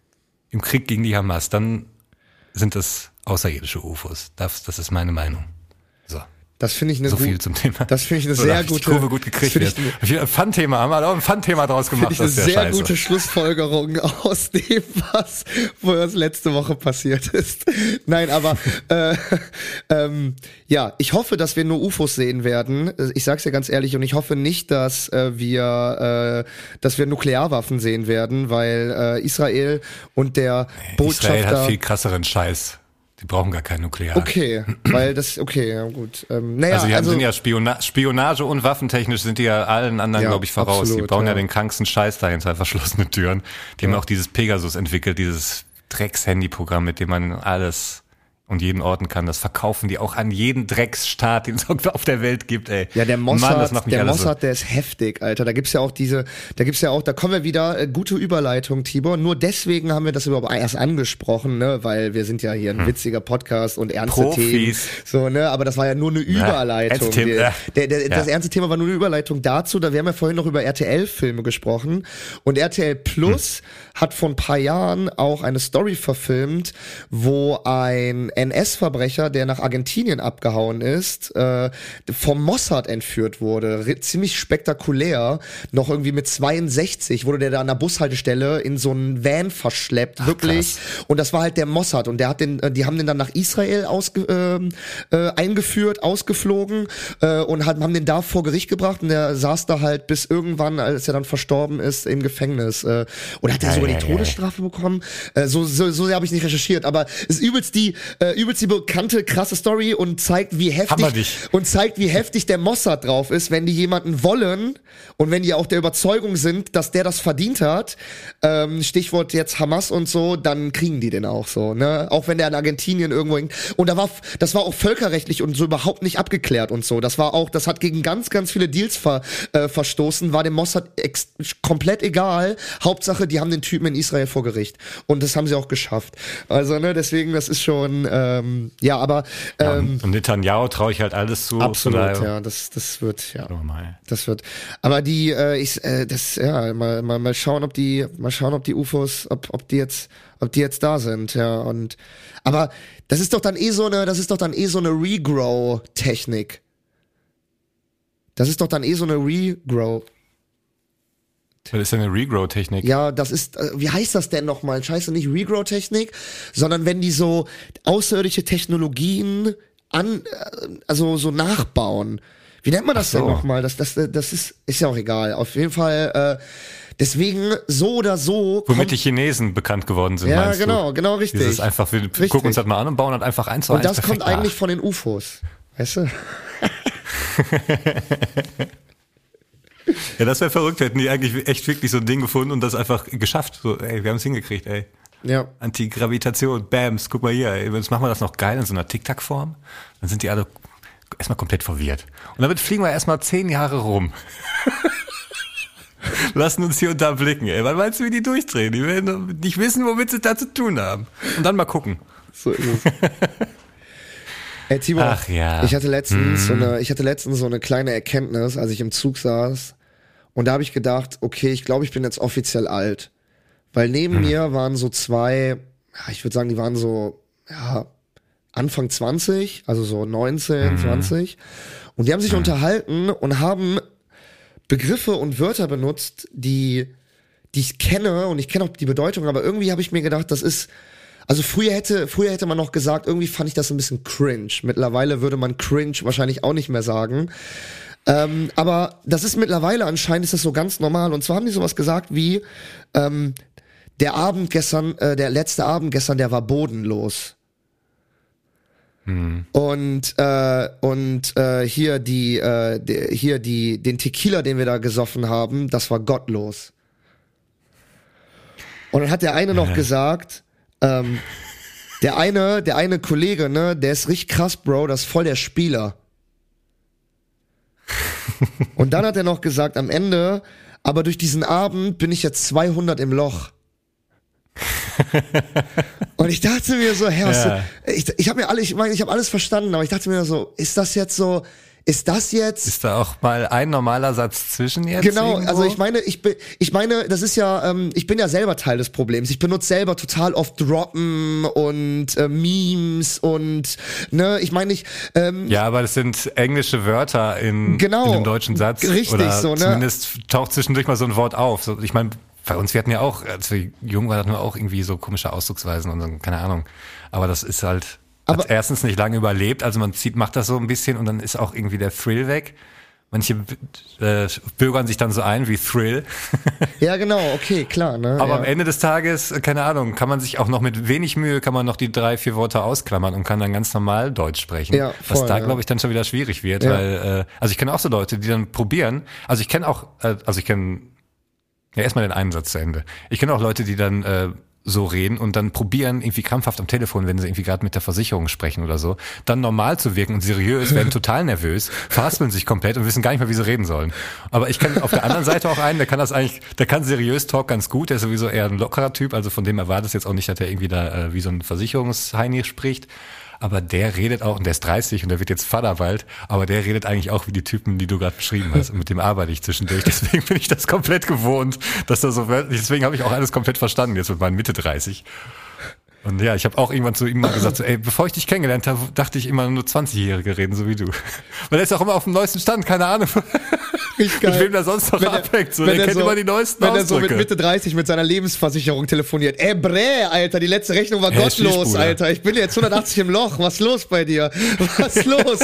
im Krieg gegen die Hamas, dann sind das außerirdische U F Os. Das, das ist meine Meinung. So. Das finde ich eine so gut, viel zum Thema. Das finde ich eine so, sehr da ich gute. Die Kurve gut gekriegt wird. Eine, ein Fun-Thema haben wir auch ein Fun-Thema draus gemacht. Finde ich eine das ist ja sehr scheiße. gute Schlussfolgerung aus dem, was wo das letzte Woche passiert ist. Nein, aber äh, ähm, ja, ich hoffe, dass wir nur U F Os sehen werden. Ich sag's dir ganz ehrlich, und ich hoffe nicht, dass äh, wir, äh, dass wir Nuklearwaffen sehen werden, weil äh, Israel und der Botschafter. Israel hat viel krasseren Scheiß. Die brauchen gar kein Nuklear. Okay, weil das, okay, ja gut. Ähm, naja, also die also, sind ja Spiona- Spionage und waffentechnisch sind die ja allen anderen, Ja, glaube ich, voraus. absolut, die bauen ja. ja den kranksten Scheiß da hinter verschlossene Türen. Die Ja. haben auch dieses Pegasus entwickelt, dieses Drecks-Handy-Programm, mit dem man alles und jeden orten kann. Das verkaufen die auch an jeden Drecksstaat, den es auf der Welt gibt, ey. Ja, der Mossad, Mann, das macht mich der alles Mossad, der ist heftig, Alter. Da gibt's ja auch diese, da gibt's ja auch, da kommen wir wieder, äh, gute Überleitung, Tibor. Nur deswegen haben wir das überhaupt erst angesprochen, ne, weil wir sind ja hier ein hm. witziger Podcast und ernste Profis. Themen. So, ne, aber das war ja nur eine Überleitung. Ja, wir, ja. der, der, ja. Das ernste Thema war nur eine Überleitung dazu. Da wir haben ja vorhin noch über R T L-Filme gesprochen. Und R T L Plus hm. hat vor ein paar Jahren auch eine Story verfilmt, wo ein N S-Verbrecher, der nach Argentinien abgehauen ist, äh, vom Mossad entführt wurde. R- ziemlich spektakulär. Noch irgendwie mit zweiundsechzig wurde der da an der Bushaltestelle in so einen Van verschleppt. Ach, wirklich. Krass. Und das war halt der Mossad. Und der hat den, die haben den dann nach Israel ausge, äh, äh, eingeführt, ausgeflogen äh, und hat, haben den da vor Gericht gebracht. Und der saß da halt bis irgendwann, als er dann verstorben ist, im Gefängnis. Äh, oder hat er sogar die Todesstrafe bekommen? Äh, so so, so habe ich nicht recherchiert. Aber es ist übelst die, äh, übelst die bekannte krasse Story und zeigt, wie heftig und zeigt, wie heftig der Mossad drauf ist, wenn die jemanden wollen und wenn die auch der Überzeugung sind, dass der das verdient hat. Ähm, Stichwort jetzt Hamas und so, dann kriegen die den auch so, ne? Auch wenn der in Argentinien irgendwo hängt. Und da war, das war auch völkerrechtlich und so überhaupt nicht abgeklärt und so. Das war auch, das hat gegen ganz, ganz viele Deals ver, äh, verstoßen. War dem Mossad ex- komplett egal. Hauptsache, die haben den Typen in Israel vor Gericht und das haben sie auch geschafft. Also ne, deswegen, das ist schon ähm, ja. Aber ähm, ja, und Netanyahu traue ich halt alles zu. Absolut, ja, das das wird ja, normal. Das wird. Aber die, äh, ich, äh, das ja, mal, mal mal schauen, ob die, mal schauen, ob die U F Os, ob ob die jetzt, ob die jetzt da sind, ja. Und aber das ist doch dann eh so eine, das ist doch dann eh so eine Regrow-Technik. Das ist doch dann eh so eine Regrow. Das ist ja eine Regrow-Technik. Ja, das ist, äh, wie heißt das denn nochmal? Scheiße, nicht Regrow-Technik, sondern wenn die so außerirdische Technologien an, äh, also so nachbauen. Wie nennt man das Ach so. denn nochmal? Das, das, das ist, ist ja auch egal. Auf jeden Fall, äh, deswegen so oder so. Womit kommt, die Chinesen bekannt geworden sind, ja, meinst genau, du? genau, richtig. Das ist einfach, wir Richtig. gucken uns das mal an und bauen das einfach eins zu Und eins das kommt perfekt eigentlich nach. von den U F Os. Weißt du? Ja, das wäre verrückt, hätten die eigentlich echt wirklich so ein Ding gefunden und das einfach geschafft. So, ey, wir haben es hingekriegt, ey. Ja. Antigravitation, Bams, guck mal hier, ey. Jetzt machen wir das noch geil in so einer Tic-Tac-Form. Dann sind die alle erstmal komplett verwirrt. Und damit fliegen wir erstmal zehn Jahre rum. Lassen uns hier unterblicken, ey. Was meinst du, wie die durchdrehen? Die werden nicht wissen, womit sie da zu tun haben. Und dann mal gucken. So ist es. Ey, Tibor, Ach ja. ich hatte letztens mm. so eine, ich hatte letztens so eine kleine Erkenntnis, als ich im Zug saß. Und da habe ich gedacht, okay, ich glaube, ich bin jetzt offiziell alt. Weil neben hm. mir waren so zwei, ja, ich würde sagen, die waren so, ja, Anfang zwanzig, also so neunzehn, hm. zwanzig. Und die haben sich hm. unterhalten und haben Begriffe und Wörter benutzt, die, die ich kenne und ich kenne auch die Bedeutung, aber irgendwie habe ich mir gedacht, das ist, also früher hätte, früher hätte man noch gesagt, irgendwie fand ich das ein bisschen cringe. Mittlerweile würde man cringe wahrscheinlich auch nicht mehr sagen. Ähm, aber das ist mittlerweile anscheinend ist das so ganz normal. Und zwar haben die sowas gesagt wie, ähm, der Abend gestern, äh, der letzte Abend gestern, der war bodenlos. Hm. Und äh, und äh, hier die äh, de, hier die den Tequila, den wir da gesoffen haben, das war gottlos. Und dann hat der eine noch gesagt, ähm, der eine, der eine Kollege, ne, der ist richtig krass, Bro, das ist voll der Spieler. Und dann hat er noch gesagt am Ende, aber durch diesen Abend bin ich jetzt zweihundert im Loch. Und ich dachte mir so, Herr, ja. ich, ich habe mir alle, ich meine, ich habe alles verstanden, aber ich dachte mir so, ist das jetzt so, ist das jetzt? Ist da auch mal ein normaler Satz zwischen jetzt? Genau, irgendwo? also ich meine, ich bin, ich meine, das ist ja, ähm, ich bin ja selber Teil des Problems. Ich benutze selber total oft Droppen und äh, Memes und ne, ich meine, ich ähm, ja, aber das sind englische Wörter in, genau, in einem deutschen Satz. Richtig, oder so, ne? Zumindest taucht zwischendurch mal so ein Wort auf. So, ich meine, bei uns, wir hatten ja auch, als wir jung waren, hatten wir auch irgendwie so komische Ausdrucksweisen und so, keine Ahnung. Aber das ist halt, hat aber erstens nicht lange überlebt, also man zieht, macht das so ein bisschen und dann ist auch irgendwie der Thrill weg. Manche äh, bürgern sich dann so ein wie Thrill. Ja, genau, okay, klar. Ne? Aber ja. am Ende des Tages, keine Ahnung, kann man sich auch noch mit wenig Mühe, kann man noch die drei, vier Worte ausklammern und kann dann ganz normal Deutsch sprechen. Ja, voll, was da, ja. glaube ich, dann schon wieder schwierig wird. Ja. Weil, äh, also ich kenne auch so Leute, die dann probieren, also ich kenne auch, äh, also ich kenne, ja erstmal den einen Satz zu Ende. Ich kenne auch Leute, die dann äh, so reden und dann probieren, irgendwie krampfhaft am Telefon, wenn sie irgendwie gerade mit der Versicherung sprechen oder so, dann normal zu wirken und seriös, werden total nervös, verhaspeln sich komplett und wissen gar nicht mehr, wie sie reden sollen. Aber ich kenne auf der anderen Seite auch einen, der kann das eigentlich, der kann seriös Talk ganz gut, der ist sowieso eher ein lockerer Typ, also von dem erwartet es jetzt auch nicht, dass er irgendwie da äh, wie so ein Versicherungsheini spricht. Aber der redet auch, und der ist dreißig und der wird jetzt Vater bald, aber der redet eigentlich auch wie die Typen, die du gerade beschrieben hast. Und mit dem arbeite ich zwischendurch. Deswegen bin ich das komplett gewohnt, dass er so wörtlich, deswegen habe ich auch alles komplett verstanden, jetzt mit meinen Mitte dreißig. Und ja, ich habe auch irgendwann zu ihm mal gesagt, so, ey, bevor ich dich kennengelernt habe, dachte ich immer nur zwanzigjährige reden, so wie du. Weil er ist auch immer auf dem neuesten Stand, keine Ahnung. Mit wem der sonst noch wenn abhängt. So, der kennt so, immer die neuesten Wenn Ausdrücke. er so mit Mitte dreißig mit seiner Lebensversicherung telefoniert. Ey, Brä, Alter, die letzte Rechnung war hey, gottlos, Alter. Ich bin jetzt hundertachtzig im Loch. Was ist los bei dir? Was ist los?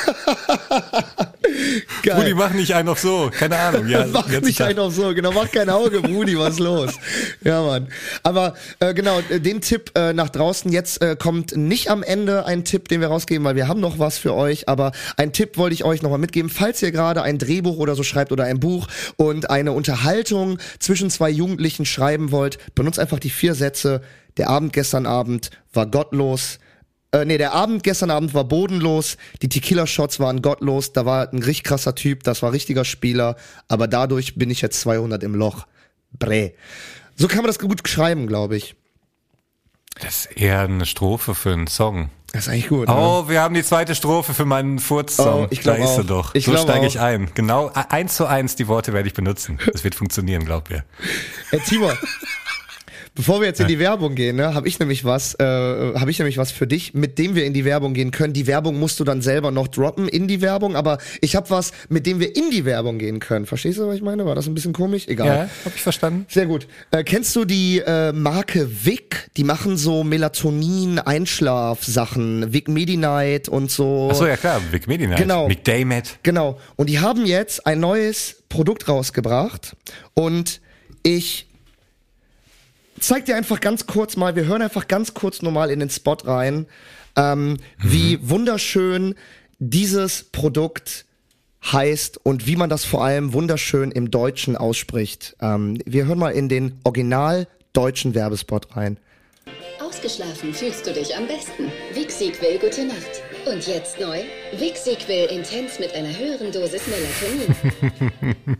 Geil. Brudi, mach nicht einen auf so. Keine Ahnung. Ja, mach nicht einen auf so. Genau, mach kein Auge, Brudi, was ist los? Ja, Mann. Aber äh, genau, den Tipp äh, nach draußen. Jetzt äh, kommt nicht am Ende ein Tipp, den wir rausgeben, weil wir haben noch was für euch. Aber ein Tipp wollte ich euch nochmal mitgeben. Falls ihr gerade ein Drehbuch oder so schreibt oder ein Buch und eine Unterhaltung zwischen zwei Jugendlichen schreiben wollt, benutzt einfach die vier Sätze. Der Abend gestern Abend war gottlos. Äh, nee, der Abend gestern Abend war bodenlos. Die Tequila-Shots waren gottlos. Da war ein richtig krasser Typ. Das war richtiger Spieler. Aber dadurch bin ich jetzt zweihundert im Loch. Brä. So kann man das gut schreiben, glaube ich. Das ist eher eine Strophe für einen Song. Das ist eigentlich gut. Oh, ne? Wir haben die zweite Strophe für meinen Furz-Song. Oh, ich glaube Da ist auch. sie doch. Ich so steige ich auch. ein. Genau, eins zu eins die Worte werde ich benutzen. Das wird funktionieren, glaub mir. Hey, Timo, bevor wir jetzt in die Werbung gehen, ne, habe ich nämlich was, äh, habe ich nämlich was für dich, mit dem wir in die Werbung gehen können. Die Werbung musst du dann selber noch droppen in die Werbung, aber ich habe was, mit dem wir in die Werbung gehen können. Verstehst du, was ich meine? War das ein bisschen komisch? Egal. Ja, hab ich verstanden. Sehr gut. Äh, kennst du die äh, Marke Vic? Die machen so Melatonin-Einschlaf-Sachen, Vic Medi-Night und so. Ach so, ja klar, Vic Medi-Night. Genau. Vic Day-Met. Genau. Und die haben jetzt ein neues Produkt rausgebracht und ich zeig dir einfach ganz kurz mal, wir hören einfach ganz kurz nochmal in den Spot rein, ähm, mhm. wie wunderschön dieses Produkt heißt und wie man das vor allem wunderschön im Deutschen ausspricht. Ähm, wir hören mal in den original deutschen Werbespot rein. Ausgeschlafen fühlst du dich am besten. Vicsequel Gute Nacht. Und jetzt neu, Vicsequel Intens mit einer höheren Dosis Melatonin.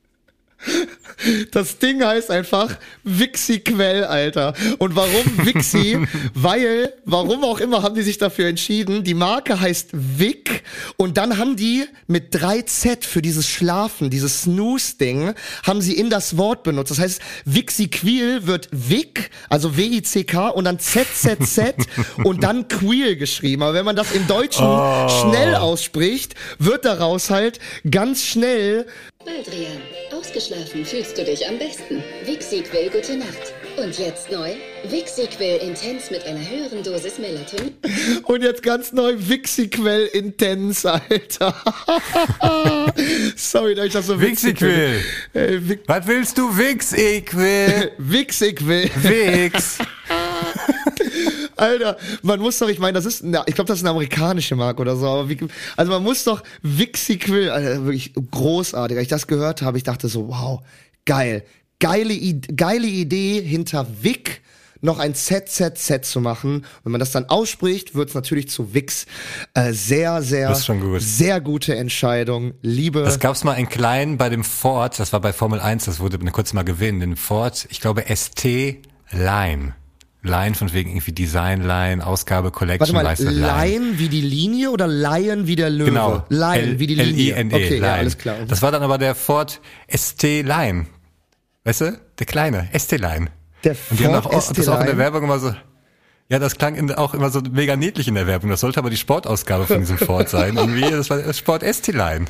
Das Ding heißt einfach Vixi-Quell, Alter. Und warum Vixi? Weil, warum auch immer, haben die sich dafür entschieden. Die Marke heißt Vic und dann haben die mit drei Z für dieses Schlafen, dieses Snooze-Ding, haben sie in das Wort benutzt. Das heißt, Vixi-Queel wird Vic, also W I C K und dann Z Z Z und dann Queel geschrieben. Aber wenn man das im Deutschen oh. schnell ausspricht, wird daraus halt ganz schnell Baldrian, ausgeschlafen fühlst du dich am besten. Vicsequel Gute Nacht. Und jetzt neu, Vicsequel Intens mit einer höheren Dosis Melatonin. Und jetzt ganz neu, Vicsequel Intens, Alter. Sorry, dass ich das so Vicsequel. Äh, Vic- Was willst du, Vicsequel? Vicsequel. Vix. Alter, man muss doch, ich meine, das ist, eine, ich glaube, das ist eine amerikanische Marke oder so, aber wie, also man muss doch Vicsequel, also wirklich großartig. Als ich das gehört habe, ich dachte so, wow, geil, geile, I- geile Idee hinter Vic, noch ein Z Z Z zu machen. Wenn man das dann ausspricht, wird es natürlich zu Wix. Äh, sehr, sehr, Das ist schon gut. sehr gute Entscheidung. Liebe. Das gab's mal in klein bei dem Ford, das war bei Formel eins, das wurde kurz mal gewinnen, den Ford, ich glaube S T Line. Line von wegen irgendwie Design Line, Ausgabe, Collection, Warte mal, Line wie die Linie oder Lion wie der Löwe? Genau. Lion wie die Linie. L I N E, okay, Line. ja, alles klar. Das war dann aber der Ford S T Line. Weißt du? Der kleine, S T Line. Der Und die haben Ford auch, S T das auch in der Line? Werbung immer so, ja, das klang in, auch immer so mega niedlich in der Werbung. Das sollte aber die Sportausgabe von diesem Ford sein. Irgendwie, das war das Sport S T Line.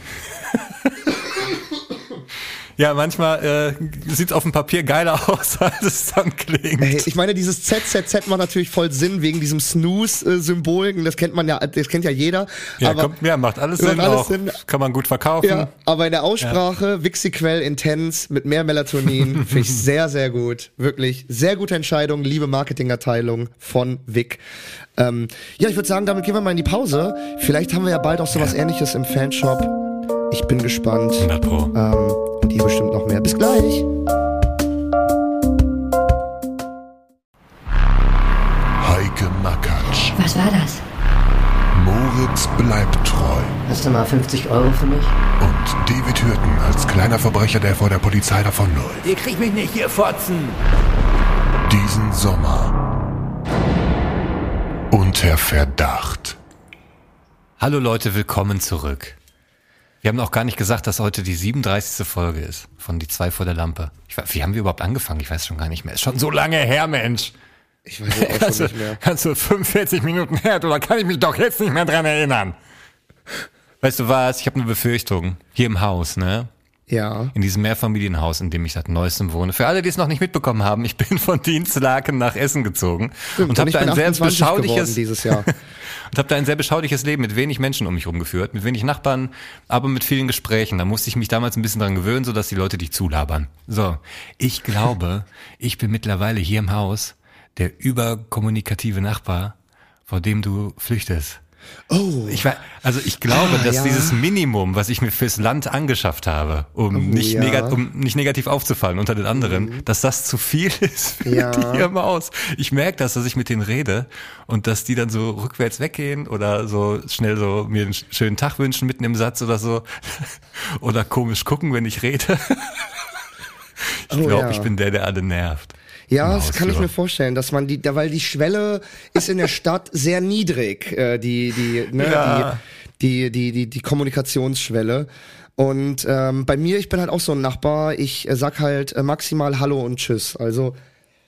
Ja, manchmal äh, sieht's auf dem Papier geiler aus, als es dann klingt. Hey, ich meine, dieses Z Z Z macht natürlich voll Sinn wegen diesem Snooze-Symbol. Das kennt man ja, das kennt ja jeder. Ja, aber kommt, ja, macht alles macht Sinn, alles auch, Sinn. kann man gut verkaufen. Ja, aber in der Aussprache, ja. Vixiquel Intense mit mehr Melatonin, finde ich sehr, sehr gut. Wirklich sehr gute Entscheidung, liebe Marketingabteilung von Vic. Ähm, ja, ich würde sagen, damit gehen wir mal in die Pause. Vielleicht haben wir ja bald auch sowas ja. Ähnliches im Fanshop. Ich bin gespannt. hundert Pro. Ähm, und ihr bestimmt noch mehr. Bis gleich. Heike Makatsch. Was war das? Moritz bleibt treu. Hast du mal fünfzig Euro für mich? Und David Hürten als kleiner Verbrecher, der vor der Polizei davonläuft. Ihr kriegt mich nicht, ihr Fotzen! Diesen Sommer. Unter Verdacht. Hallo Leute, willkommen zurück. Wir haben auch gar nicht gesagt, dass heute die siebenunddreißigste Folge ist von Die zwei vor der Lampe. Ich weiß, wie haben wir überhaupt angefangen? Ich weiß schon gar nicht mehr. Ist schon so lange her, Mensch. Ich weiß es auch kannst schon du, nicht mehr. Kannst du fünfundvierzig Minuten her, oder kann ich mich doch jetzt nicht mehr dran erinnern? Weißt du was? Ich habe eine Befürchtung. Hier im Haus, ne? Ja. In diesem Mehrfamilienhaus, in dem ich seit neuestem wohne. Für alle, die es noch nicht mitbekommen haben, ich bin von Dienstlaken nach Essen gezogen. Stimmt, und habe da ein sehr beschauliches dieses Jahr. und habe da ein sehr beschauliches Leben mit wenig Menschen um mich rumgeführt, mit wenig Nachbarn, aber mit vielen Gesprächen. Da musste ich mich damals ein bisschen dran gewöhnen, sodass die Leute dich zulabern. So, ich glaube, ich bin mittlerweile hier im Haus der überkommunikative Nachbar, vor dem du flüchtest. Oh. Ich war, also ich glaube, ah, dass ja. dieses Minimum, was ich mir fürs Land angeschafft habe, um, oh, nicht, ja. negat- um nicht negativ aufzufallen unter den anderen, mhm. dass das zu viel ist für ja. die hier im Haus. Ich merke das, dass ich mit denen rede und dass die dann so rückwärts weggehen oder so schnell so mir einen schönen Tag wünschen mitten im Satz oder so oder komisch gucken, wenn ich rede. Ich oh, glaube, ja. ich bin der, der alle nervt. Ja, das kann ich mir vorstellen, dass man die, da, weil die Schwelle ist in der Stadt sehr niedrig, äh, die, die, ne, Ja. die, die, die, die, die Kommunikationsschwelle. Und ähm, bei mir, ich bin halt auch so ein Nachbar, ich äh, sag halt äh, maximal Hallo und Tschüss. Also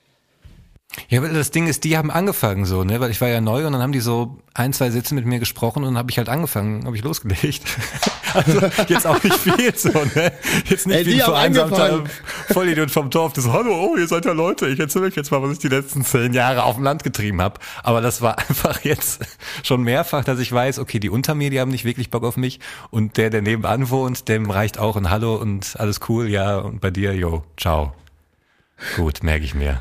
Ja, aber das Ding ist, die haben angefangen so, ne, weil ich war ja neu und dann haben die so ein, zwei Sätze mit mir gesprochen und dann habe ich halt angefangen, habe ich losgelegt. Also jetzt auch nicht viel so, ne? Jetzt nicht Ey, wie die ein haben vereinsamter angefangen. Vollidiot vom Dorf, das so, hallo, oh, ihr seid ja Leute, ich erzähle euch jetzt mal, was ich die letzten zehn Jahre auf dem Land getrieben habe. Aber das war einfach jetzt schon mehrfach, dass ich weiß, okay, die unter mir, die haben nicht wirklich Bock auf mich und der, der nebenan wohnt, dem reicht auch ein Hallo und alles cool, ja, und bei dir, yo, ciao. Gut, merke ich mir.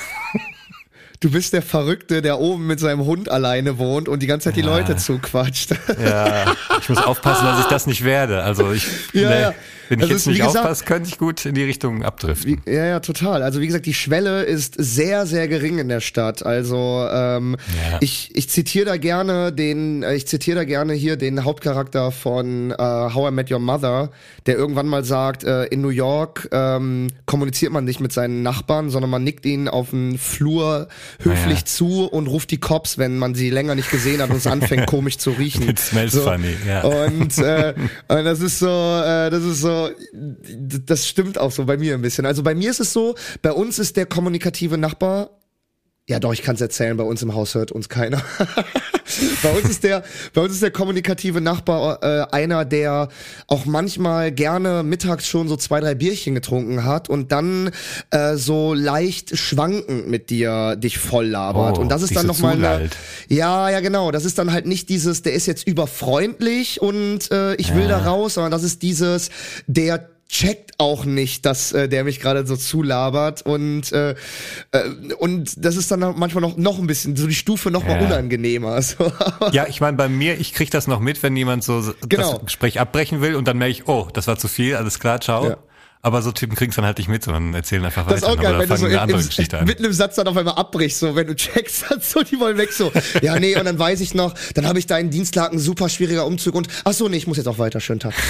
du bist der Verrückte, der oben mit seinem Hund alleine wohnt und die ganze Zeit die Ja. Leute zuquatscht. Ja, ich muss aufpassen, dass ich das nicht werde. Also ich, Ja, ne, ja. wenn ich Also jetzt es- wie nicht gesagt- aufpasse, könnte ich gut in die Richtung abdriften. Wie, ja, ja, total. Also wie gesagt, die Schwelle ist sehr, sehr gering in der Stadt. Also ähm, Ja. ich, ich zitiere da gerne den, äh, ich zitiere da gerne hier den Hauptcharakter von äh, How I Met Your Mother, der irgendwann mal sagt, äh, in New York ähm, kommuniziert man nicht mit seinen Nachbarn, sondern man nickt ihnen auf den Flur höflich Ja. zu und ruft die Cops, wenn man sie länger nicht gesehen hat und es anfängt komisch zu riechen. It smells funny, ja. Und, äh, und das ist so, äh, das ist so, das stimmt auch so bei mir ein bisschen. Also bei mir ist es so, bei uns ist der kommunikative Nachbar, ja doch, ich kann es erzählen, bei uns im Haus hört uns keiner. bei uns ist der, bei uns ist der kommunikative Nachbar äh, einer, der auch manchmal gerne mittags schon so zwei, drei Bierchen getrunken hat und dann äh, so leicht schwankend mit dir dich voll labert. Oh, und das ist dich dann so nochmal eine, zulallt. ja, ja, genau. Das ist dann halt nicht dieses, der ist jetzt überfreundlich und äh, ich will Ja. da raus, sondern das ist dieses, der checkt auch nicht, dass äh, der mich gerade so zulabert und äh, äh, und das ist dann manchmal noch noch ein bisschen so die Stufe noch mal Ja. unangenehmer. So. Ja, ich meine, bei mir, ich krieg das noch mit, wenn jemand so Genau. das Gespräch abbrechen will und dann merke ich, oh, das war zu viel, alles klar, ciao. Ja. Aber so Typen kriegen es dann halt nicht mit, sondern erzählen einfach Das ist weiter. auch geil, oder wenn du so fangen eine in, andere im, Geschichte an. mitten im Satz dann auf einmal abbrichst, so wenn du checkst, dann so, die wollen weg, so. Ja, nee, und dann weiß ich noch, dann habe ich da in Dienstlaken, super schwieriger Umzug und, ach so, nee, ich muss jetzt auch weiter, schönen Tag.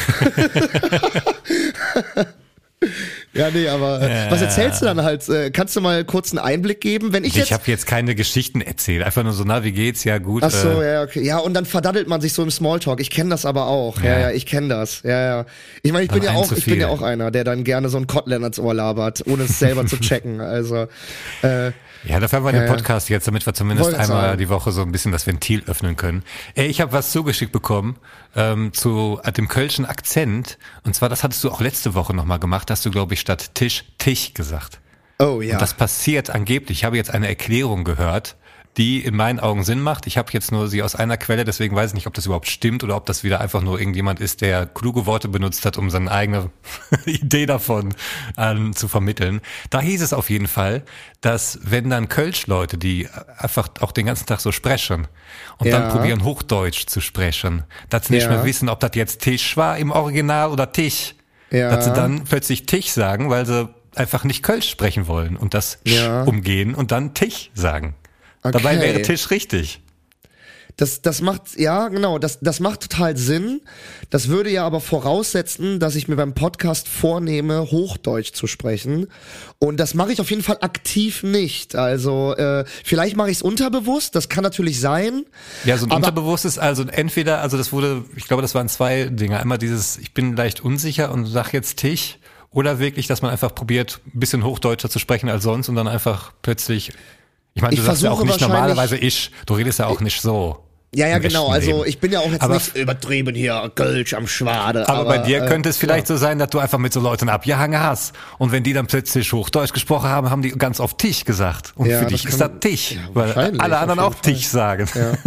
Ja, nee, aber äh, Ja. was erzählst du dann halt? Äh, kannst du mal kurz einen Einblick geben? Wenn ich, Ich jetzt... habe jetzt keine Geschichten erzählt, einfach nur so, na, wie geht's? Ja, gut. Ach so, äh, ja, okay. Ja, und dann verdaddelt man sich so im Smalltalk. Ich kenne das aber auch. Ja, Ja. ja, ich kenne das. Ja, ja. Ich meine, ich bin Aber ja ein auch, zu ich bin viel. ja auch einer, der dann gerne so ein Kotlin ans Ohr labert, ohne es selber zu checken. Also, äh, Ja, dafür haben wir den Ja, ja. Podcast jetzt, damit wir zumindest Wollte einmal sagen. die Woche so ein bisschen das Ventil öffnen können. Ey, ich habe was zugeschickt bekommen ähm, zu äh, dem kölschen Akzent. Und zwar, das hattest du auch letzte Woche nochmal gemacht, hast du, glaube ich, statt Tisch, Tisch gesagt. oh ja. Und das passiert angeblich. Ich habe jetzt eine Erklärung gehört, die in meinen Augen Sinn macht. Ich habe jetzt nur sie aus einer Quelle, deswegen weiß ich nicht, ob das überhaupt stimmt oder ob das wieder einfach nur irgendjemand ist, der kluge Worte benutzt hat, um seine eigene Idee davon ähm, zu vermitteln. Da hieß es auf jeden Fall, dass wenn dann Kölsch-Leute, die einfach auch den ganzen Tag so sprechen und Ja. dann probieren Hochdeutsch zu sprechen, dass sie nicht Ja. mehr wissen, ob das jetzt Tisch war im Original oder Tisch. Ja. Dass sie dann plötzlich Tisch sagen, weil sie einfach nicht Kölsch sprechen wollen und das Ja. Sch umgehen und dann Tisch sagen. Dabei Okay. wäre Tisch richtig. Das, das macht, ja, genau, das, das macht total Sinn. Das würde ja aber voraussetzen, dass ich mir beim Podcast vornehme, Hochdeutsch zu sprechen. Und das mache ich auf jeden Fall aktiv nicht. Also, äh, vielleicht mache ich es unterbewusst, das kann natürlich sein. Ja, so ein Aber- Unterbewusstes, also entweder, also das wurde, ich glaube, das waren zwei Dinge. Einmal dieses, ich bin leicht unsicher und sag jetzt Tisch. Oder wirklich, dass man einfach probiert, ein bisschen Hochdeutscher zu sprechen als sonst und dann einfach plötzlich, ich meine, Ich du sagst ja auch versuche nicht wahrscheinlich- normalerweise ich, du redest ja auch nicht so. Ja, ja, im genau. echten Also Leben. ich bin ja auch jetzt Aber- nicht übertrieben hier, Kölsch am Schwade. Aber, bei dir äh, könnte es vielleicht so sein, dass du einfach mit so Leuten abgehangen hast. Und wenn die dann plötzlich Hochdeutsch gesprochen haben, haben die ganz oft Tisch gesagt. Und Ja, für das dich ist kann- das Tisch. ja, weil wahrscheinlich, alle auf anderen jeden auch Tisch sagen.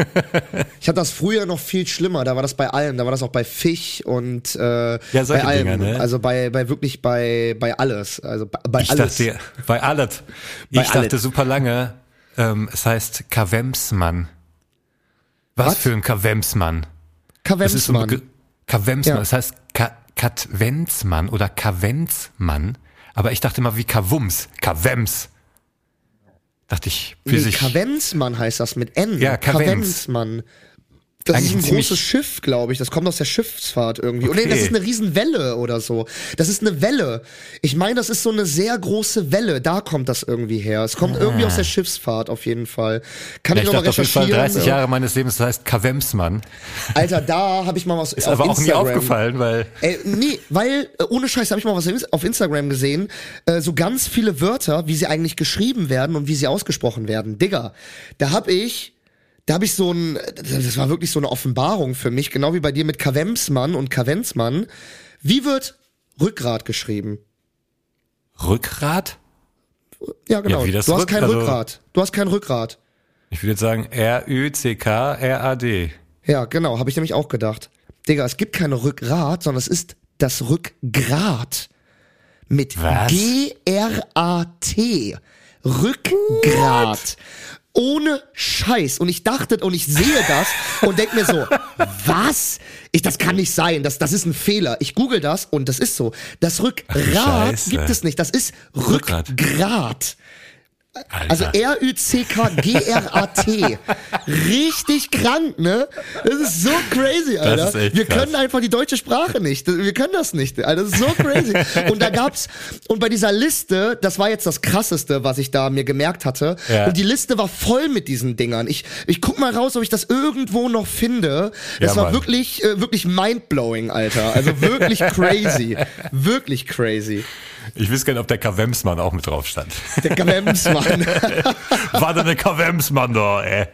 Ich hatte das früher noch viel schlimmer, da war das bei allem, da war das auch bei Fisch und äh, Ja, solche bei allem, Dinger, ne? also bei bei wirklich bei bei alles, also bei, bei Ich alles. dachte, bei alles. Bei Ich dachte alles. super lange, ähm, es heißt Kavemsmann. Was, Was? für ein Kavemsmann? Das ist so ein Kavemsmann. Begr- Kavemsmann, Ja. das heißt Ka Katvenzmann oder Kavenzmann. Aber ich dachte immer wie Kavums, Kavems. Dachte ich, für Nee, sich. Kavenzmann heißt das mit N. Ja, Kavenz. Kavenzmann. Das Eigentlich ist ein ein ziemlich- großes Schiff, glaube ich. Das kommt aus der Schiffsfahrt irgendwie. Und nee, Okay. das ist eine Riesenwelle oder so. Das ist eine Welle. Ich meine, das ist so eine sehr große Welle. Da kommt das irgendwie her. Es kommt irgendwie aus der Schiffsfahrt auf jeden Fall. Kann Ja, ich ich nochmal dachte auf jeden Fall recherchieren? dreißig Jahre meines Lebens, das heißt Kavemsmann. Alter, da habe ich mal was Ist auf aber auch nie Instagram. aufgefallen, weil Ey, nee, weil, äh, ohne Scheiß, habe ich mal was auf Instagram gesehen, äh, so ganz viele Wörter, wie sie eigentlich geschrieben werden und wie sie ausgesprochen werden. Digga, da hab ich, da hab ich so ein, das war wirklich so eine Offenbarung für mich, genau wie bei dir mit Kavemsmann und Kavenzmann. Wie wird Rückgrat geschrieben? Rückgrat? Ja, genau. Ja, wie das du hast Rück- kein also- Rückgrat. Du hast kein Rückgrat. Ich würde jetzt sagen R Ü C K R A D. Ja, genau, habe ich nämlich auch gedacht. Digga, es gibt kein Rückgrat, sondern es ist das Rückgrat. Mit Was? G R A T. Rückgrat. Ohne Scheiß. Und ich dachte, und ich sehe das und denk mir so, was? Ich, das kann nicht sein. Das, das ist ein Fehler. Ich google das und das ist so. Das Rückgrat Scheiße. gibt es nicht. Das ist Rückgrat. Rückgrat. Alter. Also R Ü C K G R A T. Richtig krank, ne? Das ist so crazy, Alter. ist echt Wir krass. können einfach die deutsche Sprache nicht. Wir können das nicht. Alter, das ist so crazy. Und da gab's, und bei dieser Liste, das war jetzt das Krasseste, was ich da mir gemerkt hatte. Ja. Und die Liste war voll mit diesen Dingern. Ich, ich guck mal raus, ob ich das irgendwo noch finde. Das Ja, war Mann. wirklich, äh, wirklich mindblowing, Alter. Also wirklich crazy. Wirklich crazy. Ich wüsste gerne, ob der Kavemsmann auch mit drauf stand. Der Kavemsmann. War denn der Kavemsmann da, ey?